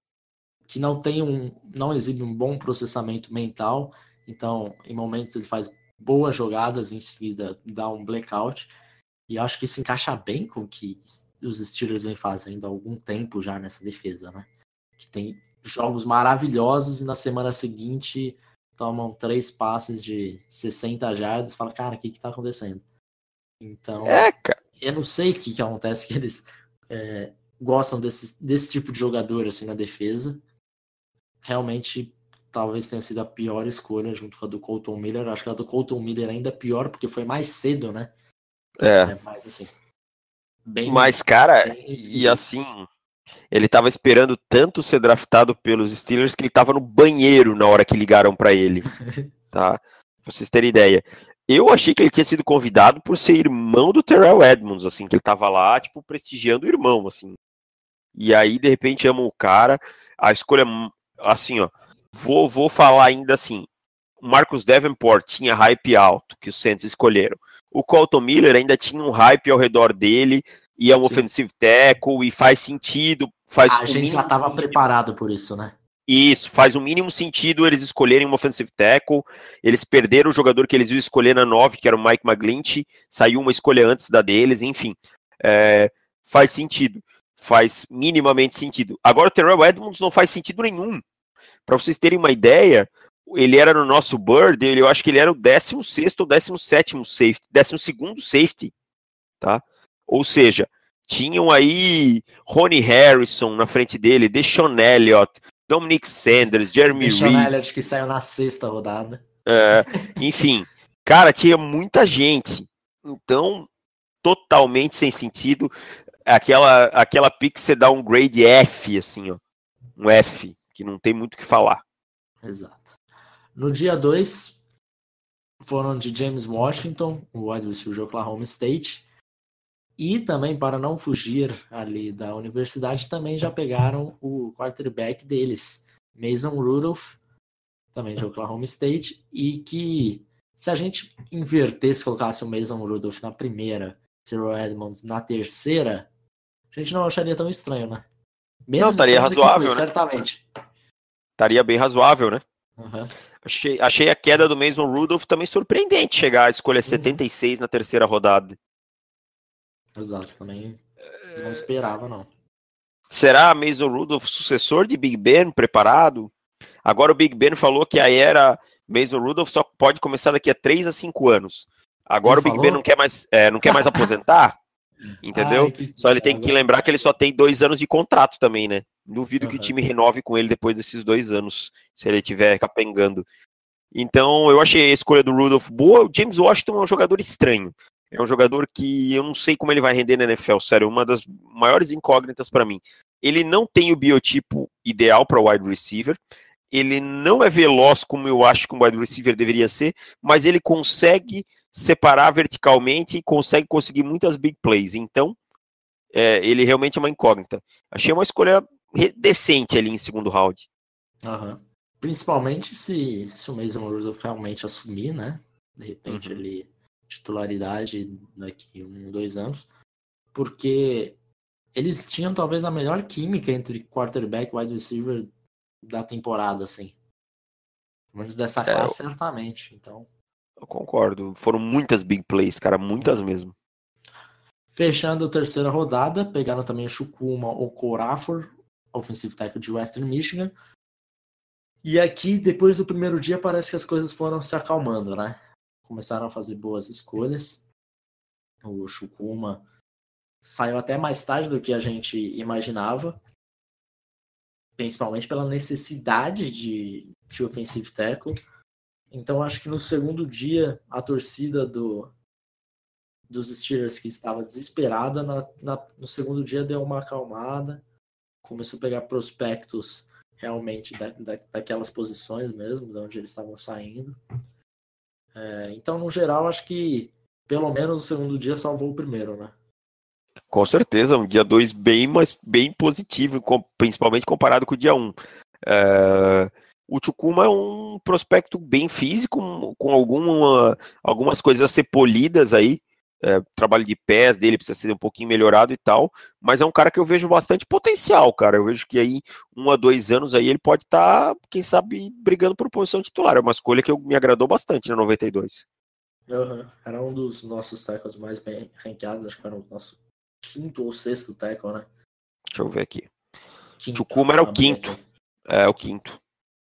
não exibe um bom processamento mental. Então, em momentos ele faz boas jogadas, em seguida dá um blackout. E acho que isso encaixa bem com o que os Steelers vêm fazendo há algum tempo já nessa defesa, né? Que tem jogos maravilhosos e na semana seguinte tomam 3 passes de 60 jardas e fala, cara, o que tá acontecendo? Então, eu não sei o que acontece, que eles gostam desse tipo de jogador assim na defesa. Realmente, talvez tenha sido a pior escolha junto com a do Colton Miller. Acho que a do Colton Miller ainda é pior, porque foi mais cedo, né? Mas assim, Mas, cara, e assim, ele tava esperando tanto ser draftado pelos Steelers que ele tava no banheiro na hora que ligaram pra ele, tá? Pra vocês terem ideia. Eu achei que ele tinha sido convidado por ser irmão do Terrell Edmonds, assim, que ele tava lá, tipo, prestigiando o irmão, assim. E aí, de repente, amam o cara. A escolha, assim, ó, vou falar ainda assim, o Marcus Davenport tinha hype alto, que os Saints escolheram. O Colton Miller ainda tinha um hype ao redor dele, e é um offensive tackle, e faz sentido. A gente já estava preparado por isso, né? Isso, faz o mínimo sentido eles escolherem um offensive tackle. Eles perderam o jogador que eles iam escolher na 9, que era o Mike McGlinchey, saiu uma escolha antes da deles, enfim. Faz sentido, faz minimamente sentido. Agora o Terrell Edmonds não faz sentido nenhum. Para vocês terem uma ideia, ele era no nosso board, eu acho que ele era o 16º ou 17º safety, 12º safety, tá? Ou seja, tinham aí Ronnie Harrison na frente dele, Deshaun Elliott, Dominic Sanders, Jeremy Reeves. Deshaun Elliott que saiu na 6ª rodada. Enfim, cara, tinha muita gente. Então, totalmente sem sentido. Aquela pick que você dá um grade F, assim, ó. Um F, que não tem muito o que falar. Exato. No dia 2, foram de James Washington, o wide receiver de Oklahoma State. E também, para não fugir ali da universidade, também já pegaram o quarterback deles, Mason Rudolph, também de Oklahoma State, e que, se a gente invertesse, colocasse o Mason Rudolph na primeira, Terrell Edmonds na terceira, a gente não acharia tão estranho, né? Não, estaria razoável, né? Certamente. Estaria bem razoável, né? Aham. Achei a queda do Mason Rudolph também surpreendente, chegar à escolha 76 na terceira rodada. Exato, também não esperava, não. Será Mason Rudolph sucessor de Big Ben, preparado? Agora o Big Ben falou que a era Mason Rudolph só pode começar daqui a 3 a 5 anos. Agora Ele o Big Ben falou? não quer mais aposentar, entendeu? Ai, que Só ele tem que agora. lembrar que ele só tem 2 anos de contrato também, né? Duvido que o Aham. time renove com ele depois desses 2 anos, se ele estiver capengando. Então, eu achei a escolha do Rudolph boa. O James Washington é um jogador estranho. É um jogador que eu não sei como ele vai render na NFL, sério, uma das maiores incógnitas para mim. Ele não tem o biotipo ideal para wide receiver. Ele não é veloz como eu acho que um wide receiver deveria ser, mas ele consegue separar verticalmente e conseguir muitas big plays. Então, ele realmente é uma incógnita. Achei uma escolha decente ali em segundo round. Aham. Principalmente se o Mason Rudolph realmente assumir, né? De repente Uhum. ele titularidade daqui 1, 2 anos, porque eles tinham talvez a melhor química entre quarterback e wide receiver da temporada, assim. Pelo menos dessa Eu classe, certamente. Então, concordo. Foram muitas big plays, cara, muitas mesmo. fechando a terceira rodada, pegaram também o Chukwuma Okorafor, offensive tackle de Western Michigan. E aqui, depois do primeiro dia, parece que as coisas foram se acalmando, né? Começaram a fazer boas escolhas. O Chukwuma saiu até mais tarde do que a gente imaginava, principalmente pela necessidade de offensive tackle. Então, acho que no segundo dia, a torcida dos Steelers, que estava desesperada, no segundo dia deu uma acalmada, começou a pegar prospectos realmente daquelas posições mesmo, de onde eles estavam saindo. Então, no geral, acho que pelo menos o segundo dia salvou o primeiro, né? Com certeza, um dia 2 bem positivo, principalmente comparado com o dia 1. O Chukwuma é um prospecto bem físico, com algumas coisas a ser polidas aí. O trabalho de pés dele precisa ser um pouquinho melhorado e tal, mas é um cara que eu vejo bastante potencial, cara. Eu vejo que aí 1 a 2 anos aí ele pode estar, quem sabe, brigando por posição titular. É uma escolha que me agradou bastante na 92. Uhum. Era um dos nossos tackles mais bem ranqueados, acho que era o nosso quinto ou sexto tackle, né? Deixa eu ver aqui. Quinto, Chukwuma era o abri quinto. aqui. É, o quinto.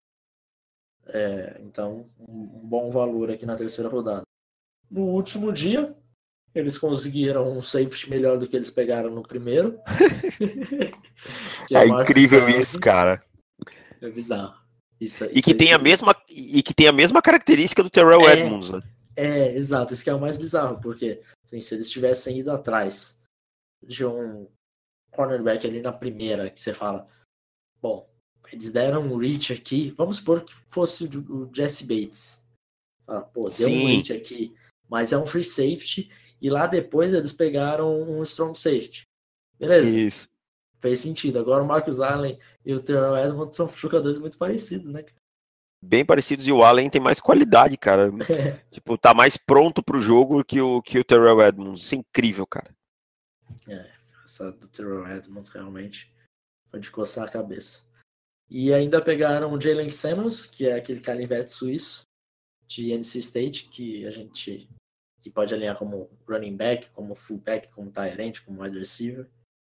Então, um bom valor aqui na terceira rodada. No último dia, eles conseguiram um safety melhor do que eles pegaram no primeiro. Que é É o Marcus incrível isso, Allen. cara. É bizarro. Isso E é que tem esquisito. a mesma característica do Terrell Edmonds, né? Exato. Isso que é o mais bizarro, porque assim, se eles tivessem ido atrás de um cornerback ali na primeira, que você fala, bom, eles deram um reach aqui, vamos supor que fosse o Jesse Bates. Pô, deu um Sim, reach aqui, mas é um free safety, e lá depois eles pegaram um strong safety. Beleza, isso. fez sentido. Agora o Marcus Allen e o Terrell Edmonds são jogadores muito parecidos, né? Bem parecidos, e o Allen tem mais qualidade, cara. Tipo, tá mais pronto pro jogo que o Terrell Edmonds. Isso é incrível, cara. Essa do Terrell Edmonds realmente foi de coçar a cabeça. E ainda pegaram o Jalen Samuels, que é aquele canivete suíço de NC State, que pode alinhar como running back, como fullback, como tight end, como wide receiver.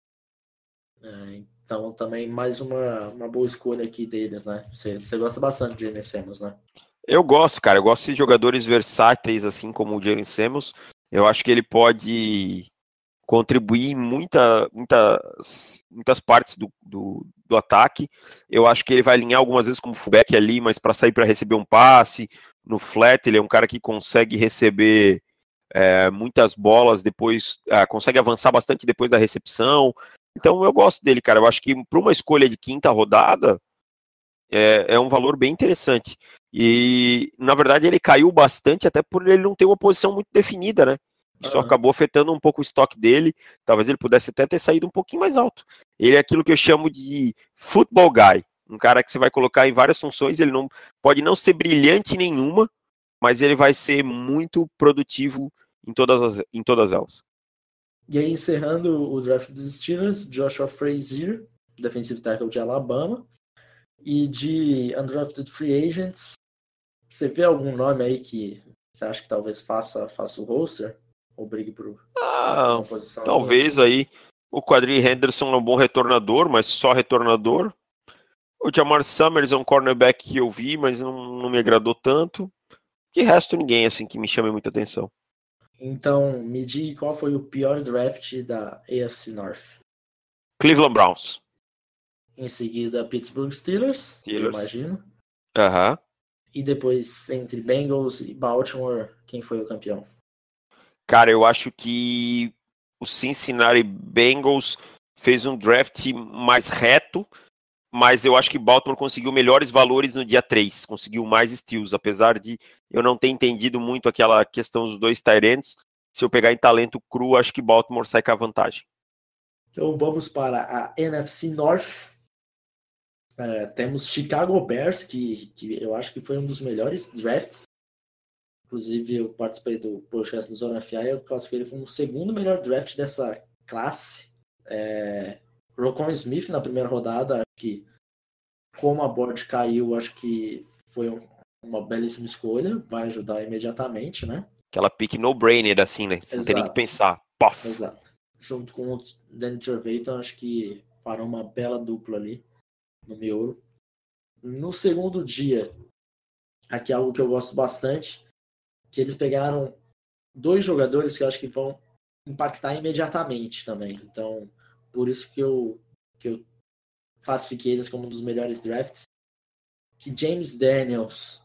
Então também mais uma boa escolha aqui deles, né? Você gosta bastante de Jalen Samuels, né? Eu gosto, cara. Eu gosto de jogadores versáteis, assim como o Jalen Samuels. Eu acho que ele pode contribuir em muitas partes do ataque. Eu acho que ele vai alinhar algumas vezes como fullback ali, mas para sair para receber um passe. No flat, ele é um cara que consegue receber muitas bolas depois, consegue avançar bastante depois da recepção. Então eu gosto dele, cara. Eu acho que para uma escolha de quinta rodada é um valor bem interessante. E na verdade ele caiu bastante até por ele não ter uma posição muito definida, né? Isso acabou afetando um pouco o estoque dele. Talvez ele pudesse até ter saído um pouquinho mais alto. Ele é aquilo que eu chamo de football guy. Um cara que você vai colocar em várias funções. Ele não pode não ser brilhante nenhuma, mas ele vai ser muito produtivo em todas elas. E aí, encerrando o draft dos Steelers, Joshua Frazier, defensive tackle de Alabama. E de undrafted free agents, você vê algum nome aí que você acha que talvez faça o roster? Ou brigue por uma posiçãozinha talvez assim? aí o Quadri Henderson é um bom retornador, mas só retornador. O Jamar Summers é um cornerback que eu vi, mas não me agradou tanto. De resto, ninguém assim que me chame muita atenção. Então, me diga qual foi o pior draft da AFC North. Cleveland Browns. Em seguida, Pittsburgh Steelers, eu imagino. Aham. E depois, entre Bengals e Baltimore, quem foi o campeão? Cara, eu acho que o Cincinnati Bengals fez um draft mais reto, mas eu acho que Baltimore conseguiu melhores valores no dia 3, conseguiu mais steals, apesar de eu não ter entendido muito aquela questão dos dois tight ends. Se eu pegar em talento cru, acho que Baltimore sai com a vantagem. Então vamos para a NFC North. Temos Chicago Bears, que eu acho que foi um dos melhores drafts. Inclusive, eu participei do podcast do Zona FA e eu classifiquei ele como o segundo melhor draft dessa classe. Roquan Smith na primeira rodada, acho que como a board caiu, acho que foi uma belíssima escolha, vai ajudar imediatamente, né? Aquela pick no-brainer, assim, né? Você não tem nem que pensar. Pof. Exato. Junto com o Danny Trevathan, acho que farão uma bela dupla ali no miolo. No segundo dia, aqui é algo que eu gosto bastante, que eles pegaram 2 jogadores que eu acho que vão impactar imediatamente também. Então, por isso que eu classifiquei eles como um dos melhores drafts. Que James Daniels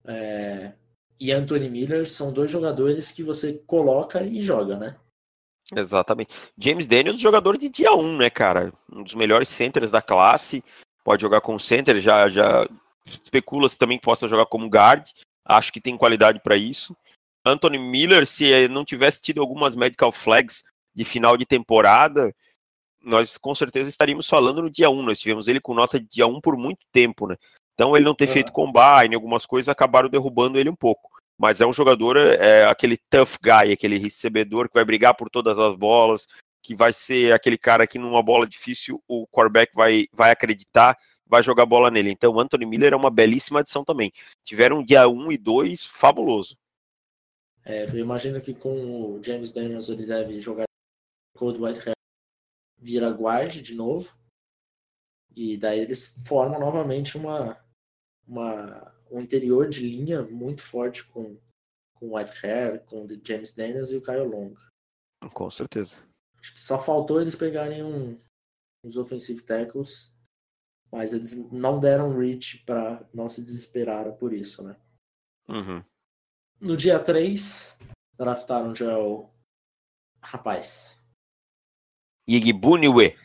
e Anthony Miller são 2 jogadores que você coloca e joga, né? Exatamente. James Daniels, jogador de dia 1, né, cara? Um dos melhores centers da classe. Pode jogar como center, já especula-se também que possa jogar como guard. Acho que tem qualidade para isso. Anthony Miller, se não tivesse tido algumas medical flags de final de temporada, nós com certeza estaríamos falando no dia 1. Nós tivemos ele com nota de dia 1 por muito tempo, né? Então ele não ter feito combine, algumas coisas acabaram derrubando ele um pouco. Mas é um jogador, aquele tough guy, aquele recebedor que vai brigar por todas as bolas, que vai ser aquele cara que numa bola difícil o quarterback vai acreditar, vai jogar bola nele. Então o Anthony Miller é uma belíssima adição também. Tiveram dia 1 e 2 fabuloso. Eu imagino que com o James Daniels ele deve jogar Cold Whitehair, vira guard de novo. E daí eles formam novamente um interior de linha muito forte com Whitehair, com o James Daniels e o Kyle Long. Com certeza. Acho que só faltou eles pegarem uns offensive tackles, mas eles não deram reach para não se desesperaram por isso, né? Uhum. No dia 3, draftaram já o rapaz. Igbuniwe.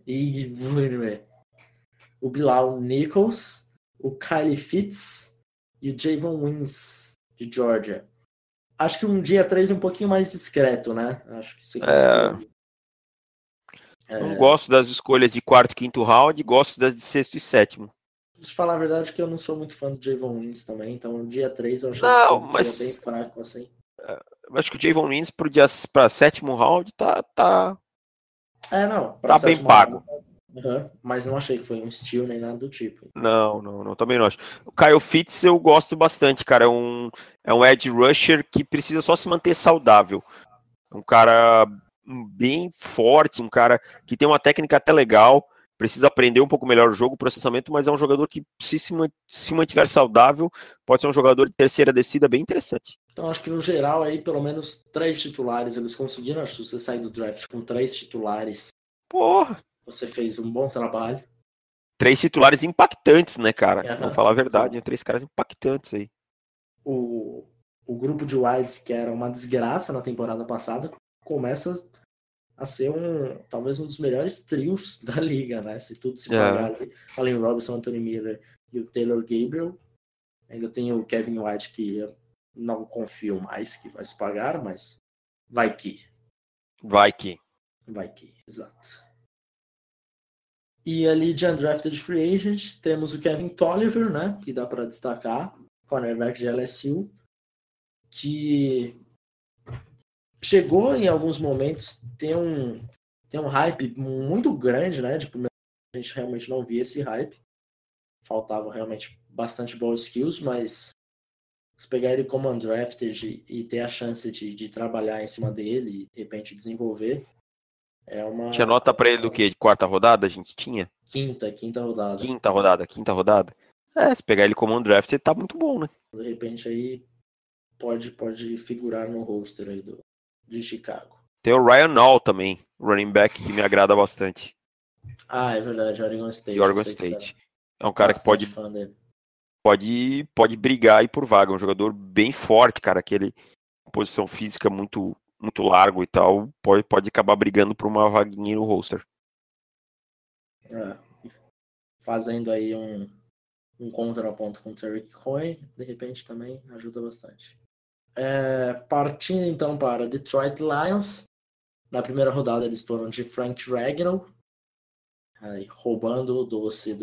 O Bilal Nichols, o Kylie Fitz e o Javon Wins, de Georgia. Acho que um dia 3 é um pouquinho mais discreto, né? Acho que você conseguiu. Não gosto das escolhas de 4º e 5º round, gosto das de 6º e 7º. Deixa eu falar a verdade que eu não sou muito fã do Javon Wins também, então no dia 3 eu achei que foi um dia bem fraco, assim. Acho que o Javon Wins para 7º round tá Não. Tá bem pago. Mas não achei que foi um steal nem nada do tipo. Não, também não acho. O Kyle Fitz eu gosto bastante, cara. É um edge rusher que precisa só se manter saudável. Um cara bem forte, um cara que tem uma técnica até legal, precisa aprender um pouco melhor o jogo, o processamento, mas é um jogador que, se mantiver saudável, pode ser um jogador de terceira descida bem interessante. Então acho que no geral aí pelo menos 3 titulares eles conseguiram. Acho que você sai do draft com 3 titulares. Porra! Você fez um bom trabalho. 3 titulares impactantes, né, cara? Vamos falar a verdade, né? 3 caras impactantes aí. O grupo de wides, que era uma desgraça na temporada passada, começa a ser talvez um dos melhores trios da liga, né? Se tudo se pagar ali. Allen Robinson, Anthony Miller e o Taylor Gabriel. Ainda tem o Kevin White, que eu não confio mais que vai se pagar, mas vai que. Exato. E ali de undrafted free agent, temos o Kevin Tolliver, né? Que dá para destacar, cornerback de LSU, que chegou em alguns momentos, tem um hype muito grande, né? A gente realmente não via esse hype. faltavam realmente bastante ball skills, mas se pegar ele como undrafted e ter a chance de trabalhar em cima dele e de repente desenvolver, é uma... Tinha nota pra ele do quê? De quarta rodada a gente tinha? Quinta rodada. Quinta rodada. Se pegar ele como undrafted, tá muito bom, né? De repente aí pode figurar no roster aí de Chicago. Tem o Ryan Nall também, running back, que me agrada bastante. É verdade, Oregon State. De Oregon State. É um cara que pode brigar aí por vaga. É um jogador bem forte, cara. Aquele posição física muito, muito largo e tal. Pode acabar brigando por uma vaguinha no roster. Fazendo aí um contraponto com o Tariq Cohen, de repente também ajuda bastante. Partindo então para Detroit Lions. Na primeira rodada eles foram de Frank Ragnow, roubando o doce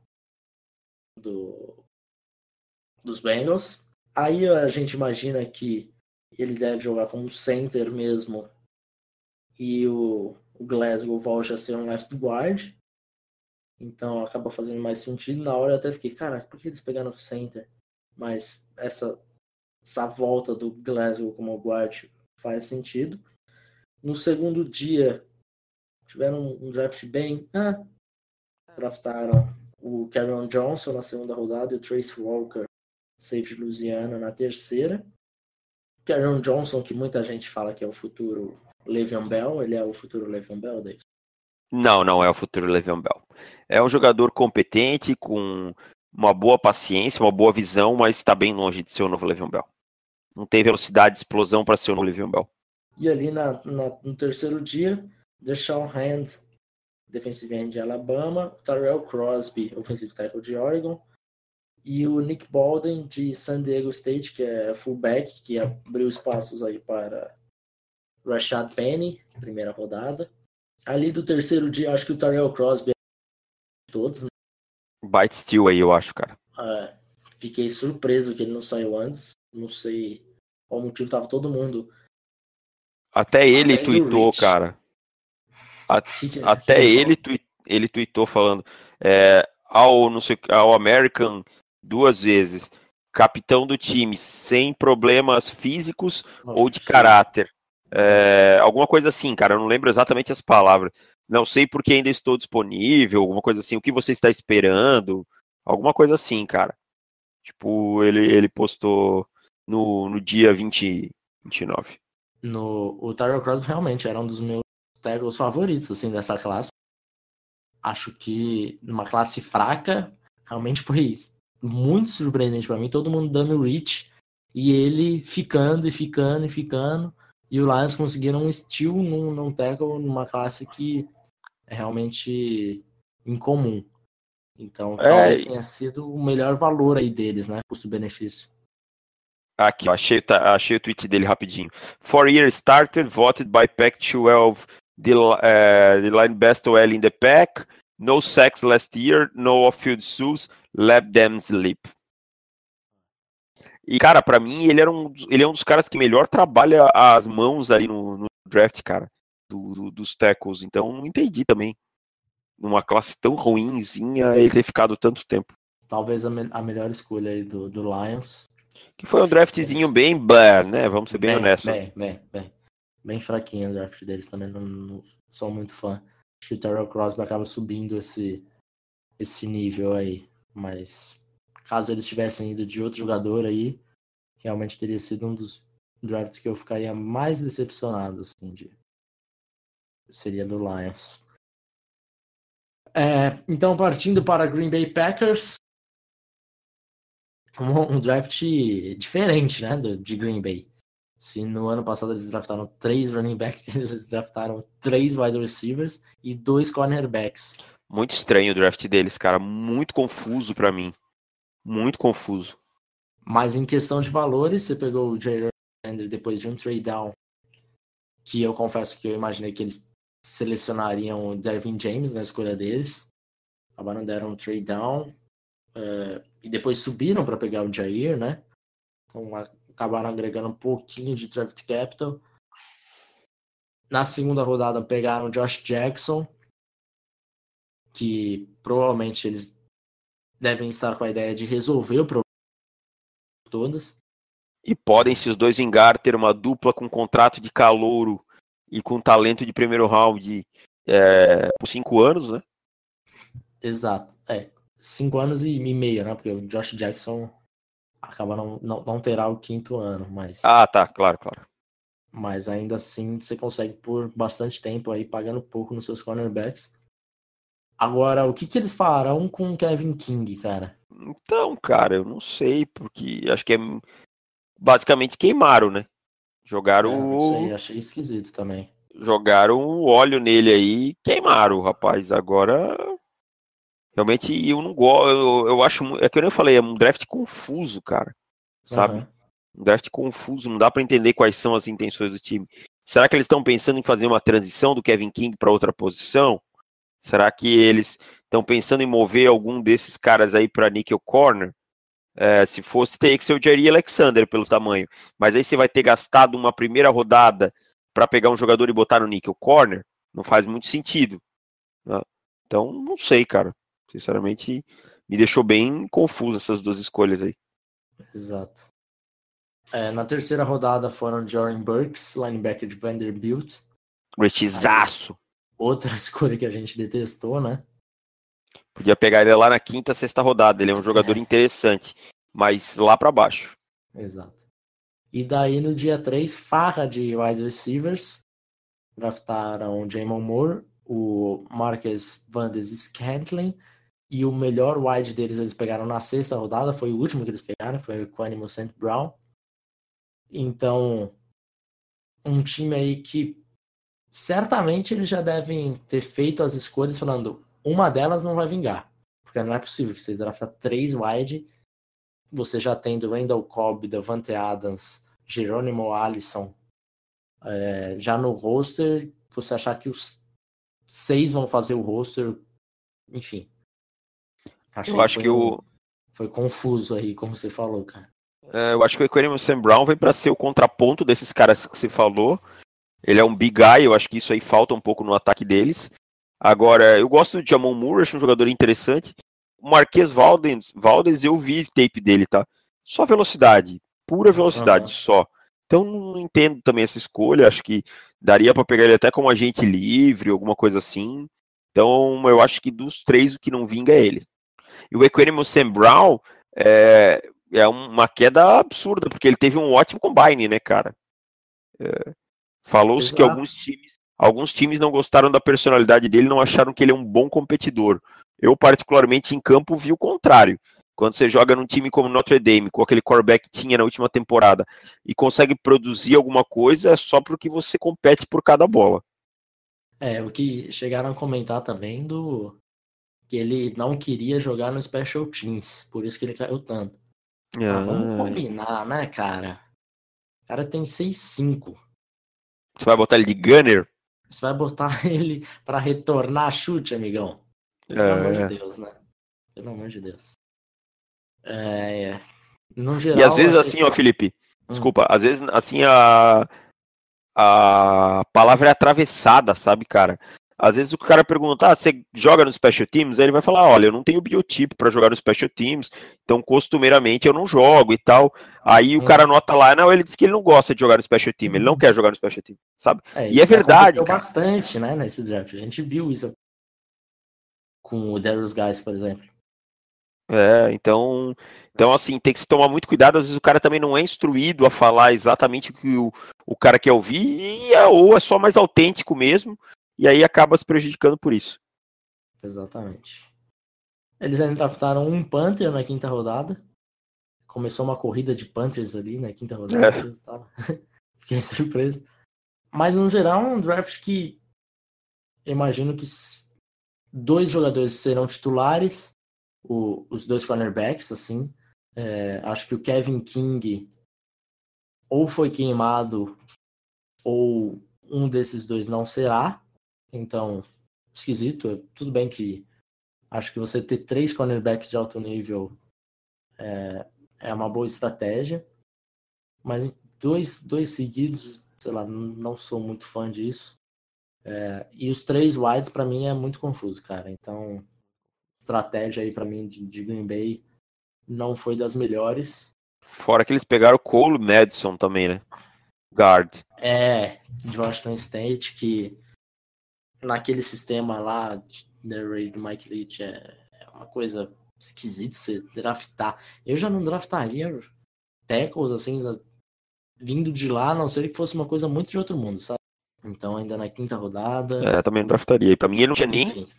dos Bengals. Aí a gente imagina que ele deve jogar como center mesmo e o Glasgow volte a ser um left guard. Então acaba fazendo mais sentido. Na hora eu até fiquei, cara, por que eles pegaram o center? Mas essa volta do Glasgow como guard faz sentido. No segundo dia, tiveram um draft bem. Draftaram o Kerryon Johnson na segunda rodada e o Trace Walker, safety de Louisiana, na terceira. O Kerryon Johnson, que muita gente fala que é o futuro Le'Veon Bell, ele é o futuro Le'Veon Bell, David? Não é o futuro Le'Veon Bell. É um jogador competente, com uma boa paciência, uma boa visão, mas está bem longe de ser o novo Le'Veon Bell. Não tem velocidade de explosão para ser o novo Le'Veon Bell. E ali no terceiro dia, Deshaun Hand, defensive end de Alabama, Tyrell Crosby, offensive tackle de Oregon, e o Nick Bolden de San Diego State, que é fullback, que abriu espaços aí para Rashad Penny, primeira rodada. Ali do terceiro dia, acho que o Tyrell Crosby é todos, né? Bite steal aí, eu acho, cara. Fiquei surpreso que ele não saiu antes. Não sei qual motivo, tava todo mundo. Até ele tweetou, cara. Até ele tweetou falando ao American 2 vezes, capitão do time, sem problemas físicos ou de caráter. Alguma coisa assim, cara, eu não lembro exatamente as palavras. Não sei porque ainda estou disponível, alguma coisa assim, o que você está esperando, alguma coisa assim, cara. Tipo, ele postou no dia 29. O Tyrell Crosby realmente era um dos meus tackles favoritos, assim, dessa classe. Acho que numa classe fraca, realmente foi muito surpreendente para mim, todo mundo dando reach e ele ficando. E o Lions conseguiram um steal num tackle numa classe que é realmente incomum. Então, talvez tenha sido o melhor valor aí deles, né? Custo-benefício. Aqui, ó, achei o tweet dele rapidinho. 4-year starter, voted by Pac-12, the line best OL in the pack, no sacks last year, no off-field sues, let them sleep. E, cara, pra mim, ele é um dos caras que melhor trabalha as mãos ali no draft, cara, dos tackles. Então, não entendi também. Numa classe tão ruinzinha, ele ter ficado tanto tempo. Talvez a melhor escolha aí do Lions. Que foi um draftzinho bem blá, né? Vamos ser bem honestos. Bem fraquinho o draft deles também, não sou muito fã. Acho que o Tyrell Crosby acaba subindo esse nível aí. Mas caso eles tivessem ido de outro jogador aí, realmente teria sido um dos drafts que eu ficaria mais decepcionado, assim, seria do Lions. Então, partindo para Green Bay Packers, um draft diferente, né, de Green Bay. Se no ano passado eles draftaram 3 running backs, eles draftaram 3 wide receivers e 2 cornerbacks. Muito estranho o draft deles, cara. Muito confuso pra mim. Muito confuso. Mas em questão de valores, você pegou o Jair Alexander depois de um trade down, que eu confesso que eu imaginei que eles selecionariam o Dervin James na escolha deles. Acabaram deram um trade down. E depois subiram para pegar o Jair, né? Então acabaram agregando um pouquinho de draft capital. Na segunda rodada pegaram o Josh Jackson, que provavelmente eles devem estar com a ideia de resolver o problema de todas. E podem, se os dois vingar, ter uma dupla com contrato de calouro e com talento de primeiro round por 5 anos, né? Exato. 5 anos e meio, né? Porque o Josh Jackson acaba não terá o 5º ano, mas... Ah, tá, claro. Mas ainda assim, você consegue por bastante tempo aí, pagando pouco nos seus cornerbacks. Agora, o que eles farão com o Kevin King, cara? Então, cara, eu não sei, porque acho que basicamente queimaram, né? Não sei, Jogaram achei esquisito também. o óleo nele aí e queimaram, rapaz. Agora, realmente, eu não gosto, eu acho, é que eu nem falei, é um draft confuso, cara, sabe? Uhum. Um draft confuso, não dá pra entender quais são as intenções do time. Será que eles estão pensando em fazer uma transição do Kevin King para outra posição? Será que eles estão pensando em mover algum desses caras aí para nickel corner? Se fosse, teria que ser o Jerry Alexander pelo tamanho. Mas aí você vai ter gastado uma primeira rodada para pegar um jogador e botar no nickel corner? Não faz muito sentido, né? Então, não sei, cara. Sinceramente, me deixou bem confuso essas duas escolhas aí. Exato. Na terceira rodada foram Jordan Burks, linebacker de Vanderbilt. Retizaço. Outra escolha que a gente detestou, né? Podia pegar ele lá na quinta, sexta rodada. Ele é um jogador interessante, mas lá para baixo. Exato. E daí no dia 3, farra de wide receivers. Draftaram o Jamon Moore, o Marcus Valdes-Scantling, e o melhor wide deles eles pegaram na sexta rodada, foi o último que eles pegaram, foi o Equanimous St. Brown. Então, um time aí que certamente eles já devem ter feito as escolhas falando, uma delas não vai vingar, porque não é possível que vocês draftar 3 wide, você já tendo Randall Cobb, Davante Adams, Jerônimo Allison, já no roster, você achar que os 6 vão fazer o roster, enfim. Eu acho que foi confuso aí, como você falou, cara. Eu acho que o Equanimous St. Brown vem para ser o contraponto desses caras que você falou. Ele é um big guy, eu acho que isso aí falta um pouco no ataque deles. Agora, eu gosto de Jamon Moore, acho um jogador interessante. O Marquês Valdes, eu vi tape dele, tá? Só velocidade, pura velocidade, só. Então, não entendo também essa escolha, acho que daria para pegar ele até como agente livre, alguma coisa assim. Então, eu acho que dos 3, o que não vinga é ele. E o Equanimous St. Brown é uma queda absurda, porque ele teve um ótimo combine, né, cara? Falou-se que alguns times não gostaram da personalidade dele, não acharam que ele é um bom competidor. Eu, particularmente, em campo, vi o contrário. Quando você joga num time como Notre Dame, com aquele quarterback que tinha na última temporada, e consegue produzir alguma coisa, é só porque você compete por cada bola. O que chegaram a comentar também que ele não queria jogar no Special Teams, por isso que ele caiu tanto. Vamos combinar, né, cara? O cara tem 6'5". Você vai botar ele de gunner? Você vai botar ele pra retornar chute, amigão? Pelo amor de Deus, né? Pelo amor de Deus. No geral, e às vezes assim, Felipe, desculpa, às vezes assim a palavra é atravessada, sabe, cara? Às vezes o cara pergunta, você joga no Special Teams? Aí ele vai falar, olha, eu não tenho biotipo para jogar no Special Teams, então costumeiramente eu não jogo e tal. Aí o cara anota lá, não, ele diz que ele não gosta de jogar no Special Team, ele não quer jogar no Special Team, sabe? E é verdade, aconteceu bastante, né, nesse draft. A gente viu isso com o Darius Guys, por exemplo. Então assim, tem que se tomar muito cuidado, às vezes o cara também não é instruído a falar exatamente o que o cara quer ouvir, ou é só mais autêntico mesmo, e aí acaba se prejudicando por isso. Exatamente. Eles ainda draftaram um Panther na quinta rodada. Começou uma corrida de Panthers ali na quinta rodada. Fiquei surpreso. Mas, no geral, é um draft que imagino que 2 jogadores serão titulares, os 2 cornerbacks, assim. Acho que o Kevin King ou foi queimado ou um desses 2 não será. Então, esquisito. Tudo bem que acho que você ter 3 cornerbacks de alto nível é uma boa estratégia. Mas 2 seguidos, sei lá, não sou muito fã disso. E os 3 wides, pra mim, é muito confuso, cara. Então, estratégia aí para mim de Green Bay não foi das melhores. Fora que eles pegaram o Cole Madison também, né? Guard. De Washington State, que naquele sistema lá do Mike Leach é uma coisa esquisita você draftar. Eu já não draftaria tackles assim, vindo de lá, a não ser que fosse uma coisa muito de outro mundo, sabe? Então, ainda na quinta rodada. Também não draftaria. Pra mim, ele não tinha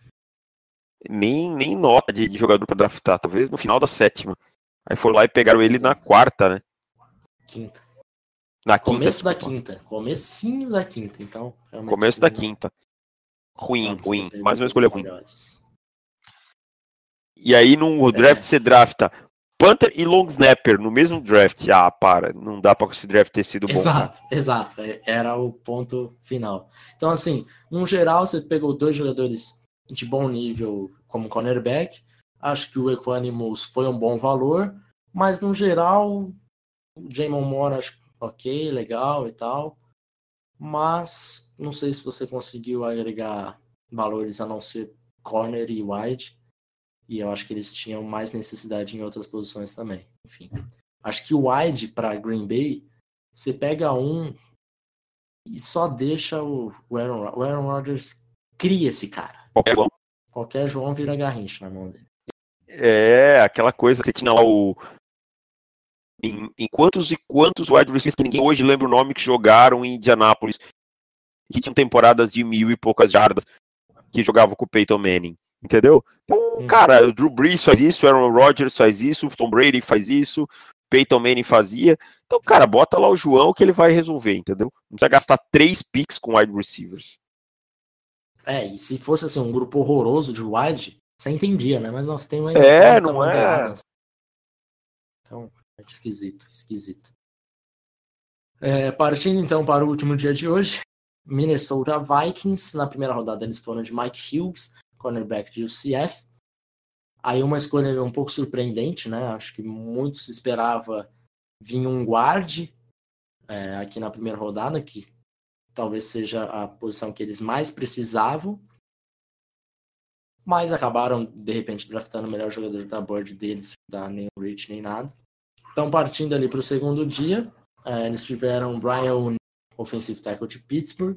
nem nota de jogador pra draftar. Talvez no final da 7ª. Aí foram lá e pegaram ele na 4ª, né? Quinta. Na Começo quinta, da quinta. Comecinho da quinta, então. Começo da quinta. Ruim. Mais uma escolha ruim. E aí, no draft, você drafta Panther e Long Snapper no mesmo draft. Não dá pra esse draft ter sido bom. Exato. Era o ponto final. Então, assim, no geral, você pegou 2 jogadores de bom nível como cornerback. Acho que o Equanimous foi um bom valor, mas no geral, o Jamon Moore, acho ok, legal e tal. Mas não sei se você conseguiu agregar valores a não ser corner e wide. E eu acho que eles tinham mais necessidade em outras posições também. Enfim, acho que o wide para Green Bay, você pega um e só deixa o Aaron Rodgers cria esse cara. Qualquer João vira Garrincha na mão dele. Aquela coisa, você tinha lá em quantos wide receivers que ninguém hoje lembra o nome que jogaram em Indianápolis, que tinham temporadas de 1.000 e poucas jardas, que jogavam com o Peyton Manning, entendeu? Então, cara, o Drew Brees faz isso, o Aaron Rodgers faz isso, o Tom Brady faz isso, o Peyton Manning fazia. Então, cara, bota lá o João que ele vai resolver, entendeu? Não precisa gastar 3 picks com wide receivers. E se fosse assim, um grupo horroroso de wide, você entendia, né? Mas nós temos não é. Então, é esquisito. Partindo então para o último dia de hoje, Minnesota Vikings, na primeira rodada eles foram de Mike Hughes, cornerback de UCF. Aí uma escolha um pouco surpreendente, né? Acho que muito se esperava vir um guard aqui na primeira rodada, que talvez seja a posição que eles mais precisavam. Mas acabaram, de repente, draftando o melhor jogador da board deles, sem dar nem o reach, nem nada. Então, partindo ali para o segundo dia, eles tiveram Brian O'Neill, offensive tackle de Pittsburgh.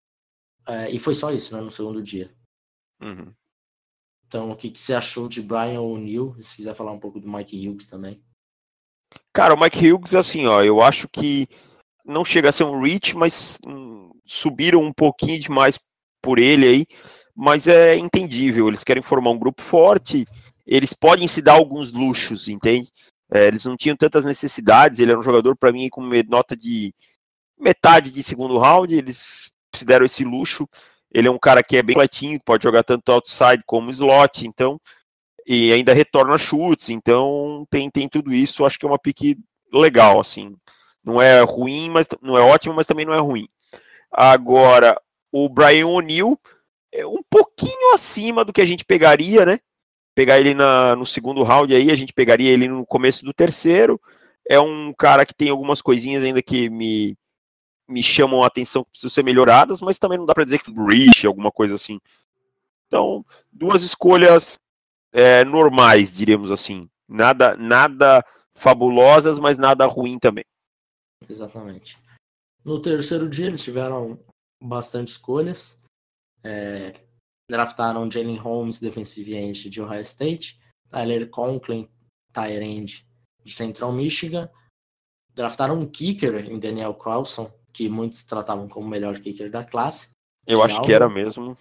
E foi só isso, né, no segundo dia. Uhum. Então, o que você achou de Brian O'Neill? Se quiser falar um pouco do Mike Hughes também. Cara, o Mike Hughes, assim, eu acho que não chega a ser um reach, mas subiram um pouquinho demais por ele aí, mas é entendível. Eles querem formar um grupo forte, eles podem se dar alguns luxos, entende? Eles não tinham tantas necessidades, ele era um jogador, para mim, com nota de metade de segundo round, eles se deram esse luxo. Ele é um cara que é bem completinho, pode jogar tanto outside como slot, então, e ainda retorna chutes, então tem tudo isso. Acho que é uma pick legal, assim. Não é ruim, mas não é ótimo, mas também não é ruim. Agora, o Brian O'Neill é um pouquinho acima do que a gente pegaria, né? Pegar ele no segundo round aí, a gente pegaria ele no começo do terceiro. É um cara que tem algumas coisinhas ainda que me chamam a atenção, que precisam ser melhoradas, mas também não dá para dizer que reach, alguma coisa assim. Então, 2 escolhas normais, diríamos assim. Nada fabulosas, mas nada ruim também. Exatamente. No terceiro dia, eles tiveram bastante escolhas. Draftaram Jalen Holmes, defensive end de Ohio State, Tyler Conklin, tight end de Central Michigan. Draftaram um kicker em Daniel Carlson, que muitos tratavam como o melhor kicker da classe. Eu acho que era mesmo.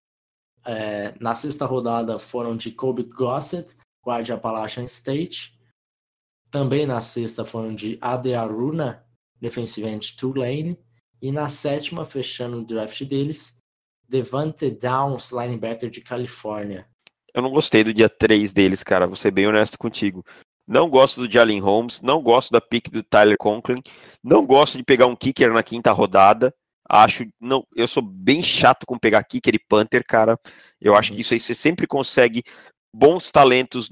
Na sexta rodada foram de Kobe Gossett, guard de Appalachian State. Também na sexta foram de Ade Aruna, defensive end Tulane. E na sétima, fechando o draft deles, Devante Downs, linebacker de Califórnia. Eu não gostei do dia 3 deles, cara, vou ser bem honesto contigo. Não gosto do Jalen Holmes, não gosto da pick do Tyler Conklin, não gosto de pegar um kicker na quinta rodada. Eu sou bem chato com pegar kicker e punter, cara. Eu acho que isso aí você sempre consegue bons talentos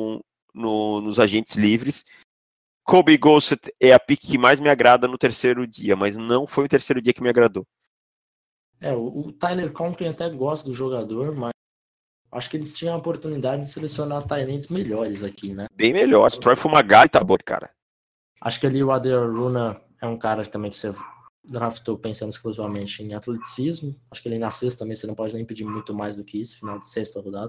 nos agentes livres. Kobe Gossett é a pick que mais me agrada no terceiro dia, mas não foi o terceiro dia que me agradou. O Tyler Conklin até gosta do jogador, mas Acho que eles tinham a oportunidade de selecionar tight ends melhores aqui, né? Bem melhor. Se Troy Fumagalli tá bom, cara. Acho que ali o Adair Aruna é um cara também que você draftou pensando exclusivamente em atleticismo. Acho que ele na sexta também você não pode nem pedir muito mais do que isso, final de sexta rodada.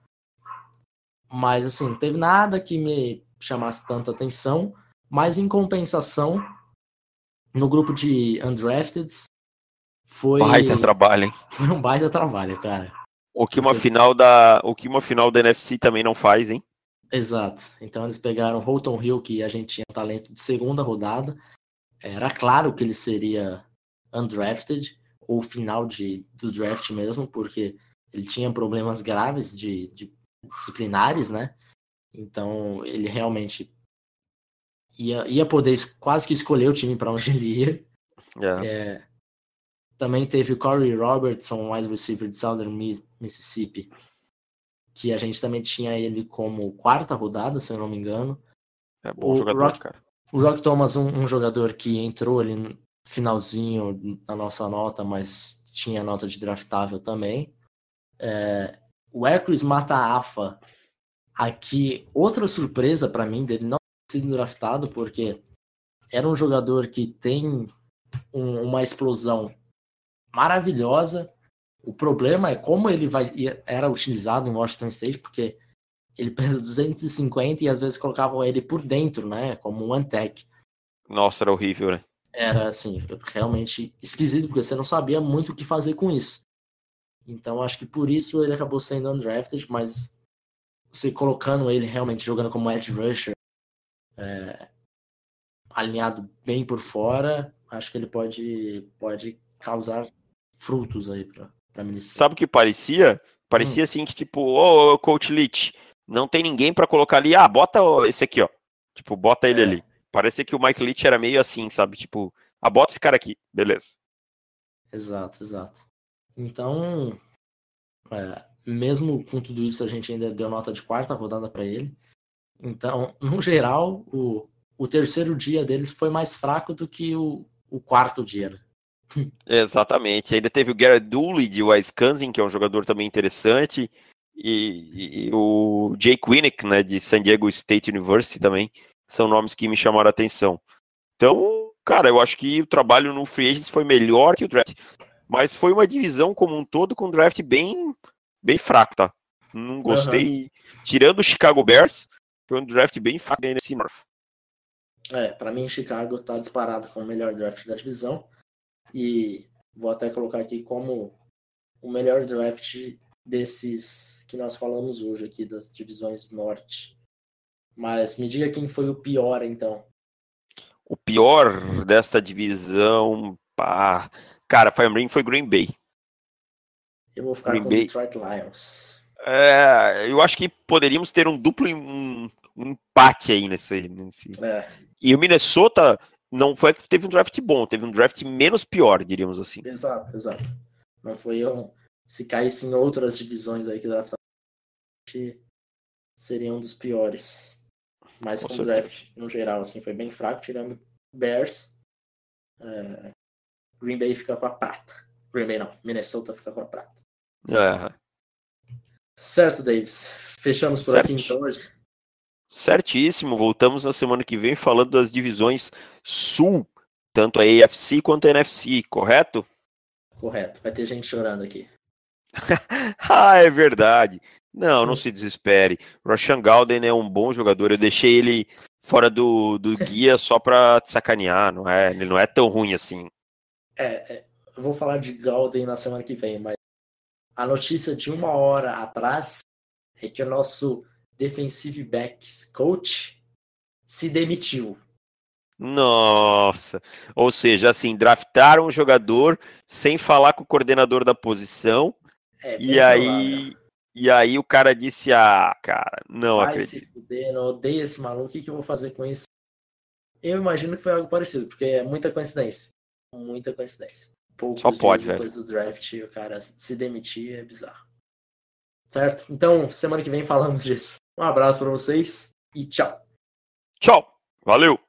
Mas assim, não teve nada que me chamasse tanta atenção. Mas em compensação, no grupo de undrafteds, foi Baita trabalho, hein? Foi um baita trabalho, cara. O que uma final da NFC também não faz, hein? Exato. Então eles pegaram o Holton Hill, que a gente tinha talento de segunda rodada. Era claro que ele seria undrafted, ou final do draft mesmo, porque ele tinha problemas graves de disciplinares, né? Então ele realmente ia poder quase que escolher o time para onde ele ia. Também teve o Corey Robertson, wide receiver de Southern Mississippi, que a gente também tinha ele como quarta rodada, se eu não me engano. É bom jogador, cara. O Rock Thomas, um jogador que entrou ali no finalzinho da nossa nota, mas tinha nota de draftável também. O Hercules Mataafa, aqui, outra surpresa para mim dele não ter sido draftado, porque era um jogador que tem uma explosão maravilhosa. O problema é como ele era utilizado em Washington State, porque ele pesa 250 e às vezes colocavam ele por dentro, né? Como um one-tech. Nossa, era horrível, né? Era, assim, realmente esquisito, porque você não sabia muito o que fazer com isso. Então, acho que por isso ele acabou sendo undrafted, mas você colocando ele realmente jogando como edge rusher, alinhado bem por fora, acho que ele pode causar frutos aí pra Minnesota. Sabe o que parecia? Parecia assim que, tipo, Coach Leach, não tem ninguém pra colocar ali, bota esse aqui, ó. Tipo, bota ele ali. Parecia que o Mike Leach era meio assim, sabe? Tipo, bota esse cara aqui, beleza. Exato. Então, mesmo com tudo isso, a gente ainda deu nota de quarta rodada pra ele. Então, no geral, o terceiro dia deles foi mais fraco do que o quarto dia. Exatamente. Ainda teve o Garrett Dooley de Wisconsin, que é um jogador também interessante, e o Jake Winnick, né, de San Diego State University também, são nomes que me chamaram a atenção. Então, cara, eu acho que o trabalho no Free Agents foi melhor que o draft, mas foi uma divisão como um todo com um draft bem fraco, tá? Não gostei. Tirando o Chicago Bears, foi um draft bem fraco da NFC North. Pra mim, Chicago tá disparado como o melhor draft da divisão. E vou até colocar aqui como o melhor draft desses que nós falamos hoje aqui, das divisões norte. Mas me diga quem foi o pior, então. O pior dessa divisão, cara, foi Green Bay. Eu vou ficar com o Detroit Lions. Eu acho que poderíamos ter um duplo um empate aí nesse. E o Minnesota não foi que teve um draft bom, teve um draft menos pior, diríamos assim. Exato. Não foi se caísse em outras divisões aí que draftaram, seria um dos piores. Mas com o draft, no geral, assim, foi bem fraco, tirando Bears. Green Bay fica com a prata. Green Bay não, Minnesota fica com a prata. Certo, Davis. Fechamos por aqui então hoje. Certíssimo, voltamos na semana que vem falando das divisões Sul, tanto a AFC quanto a NFC, correto? Correto, vai ter gente chorando aqui. É verdade. Não se desespere. Rashan Gauden é um bom jogador, eu deixei ele fora do guia só pra te sacanear, ele não é tão ruim assim. Eu vou falar de Gauden na semana que vem, mas a notícia de 1 hora atrás é que o nosso defensive backs coach se demitiu. Nossa, ou seja, assim, draftaram um jogador sem falar com o coordenador da posição, e aí o cara disse, cara, não acredito. Se fuder, não odeio esse maluco, o que eu vou fazer com isso? Eu imagino que foi algo parecido, porque é muita coincidência. Muita coincidência. Poucos Só pode, dias depois do draft, o cara se demitir, é bizarro. Certo? Então, semana que vem falamos disso. Um abraço pra vocês e tchau. Tchau, valeu!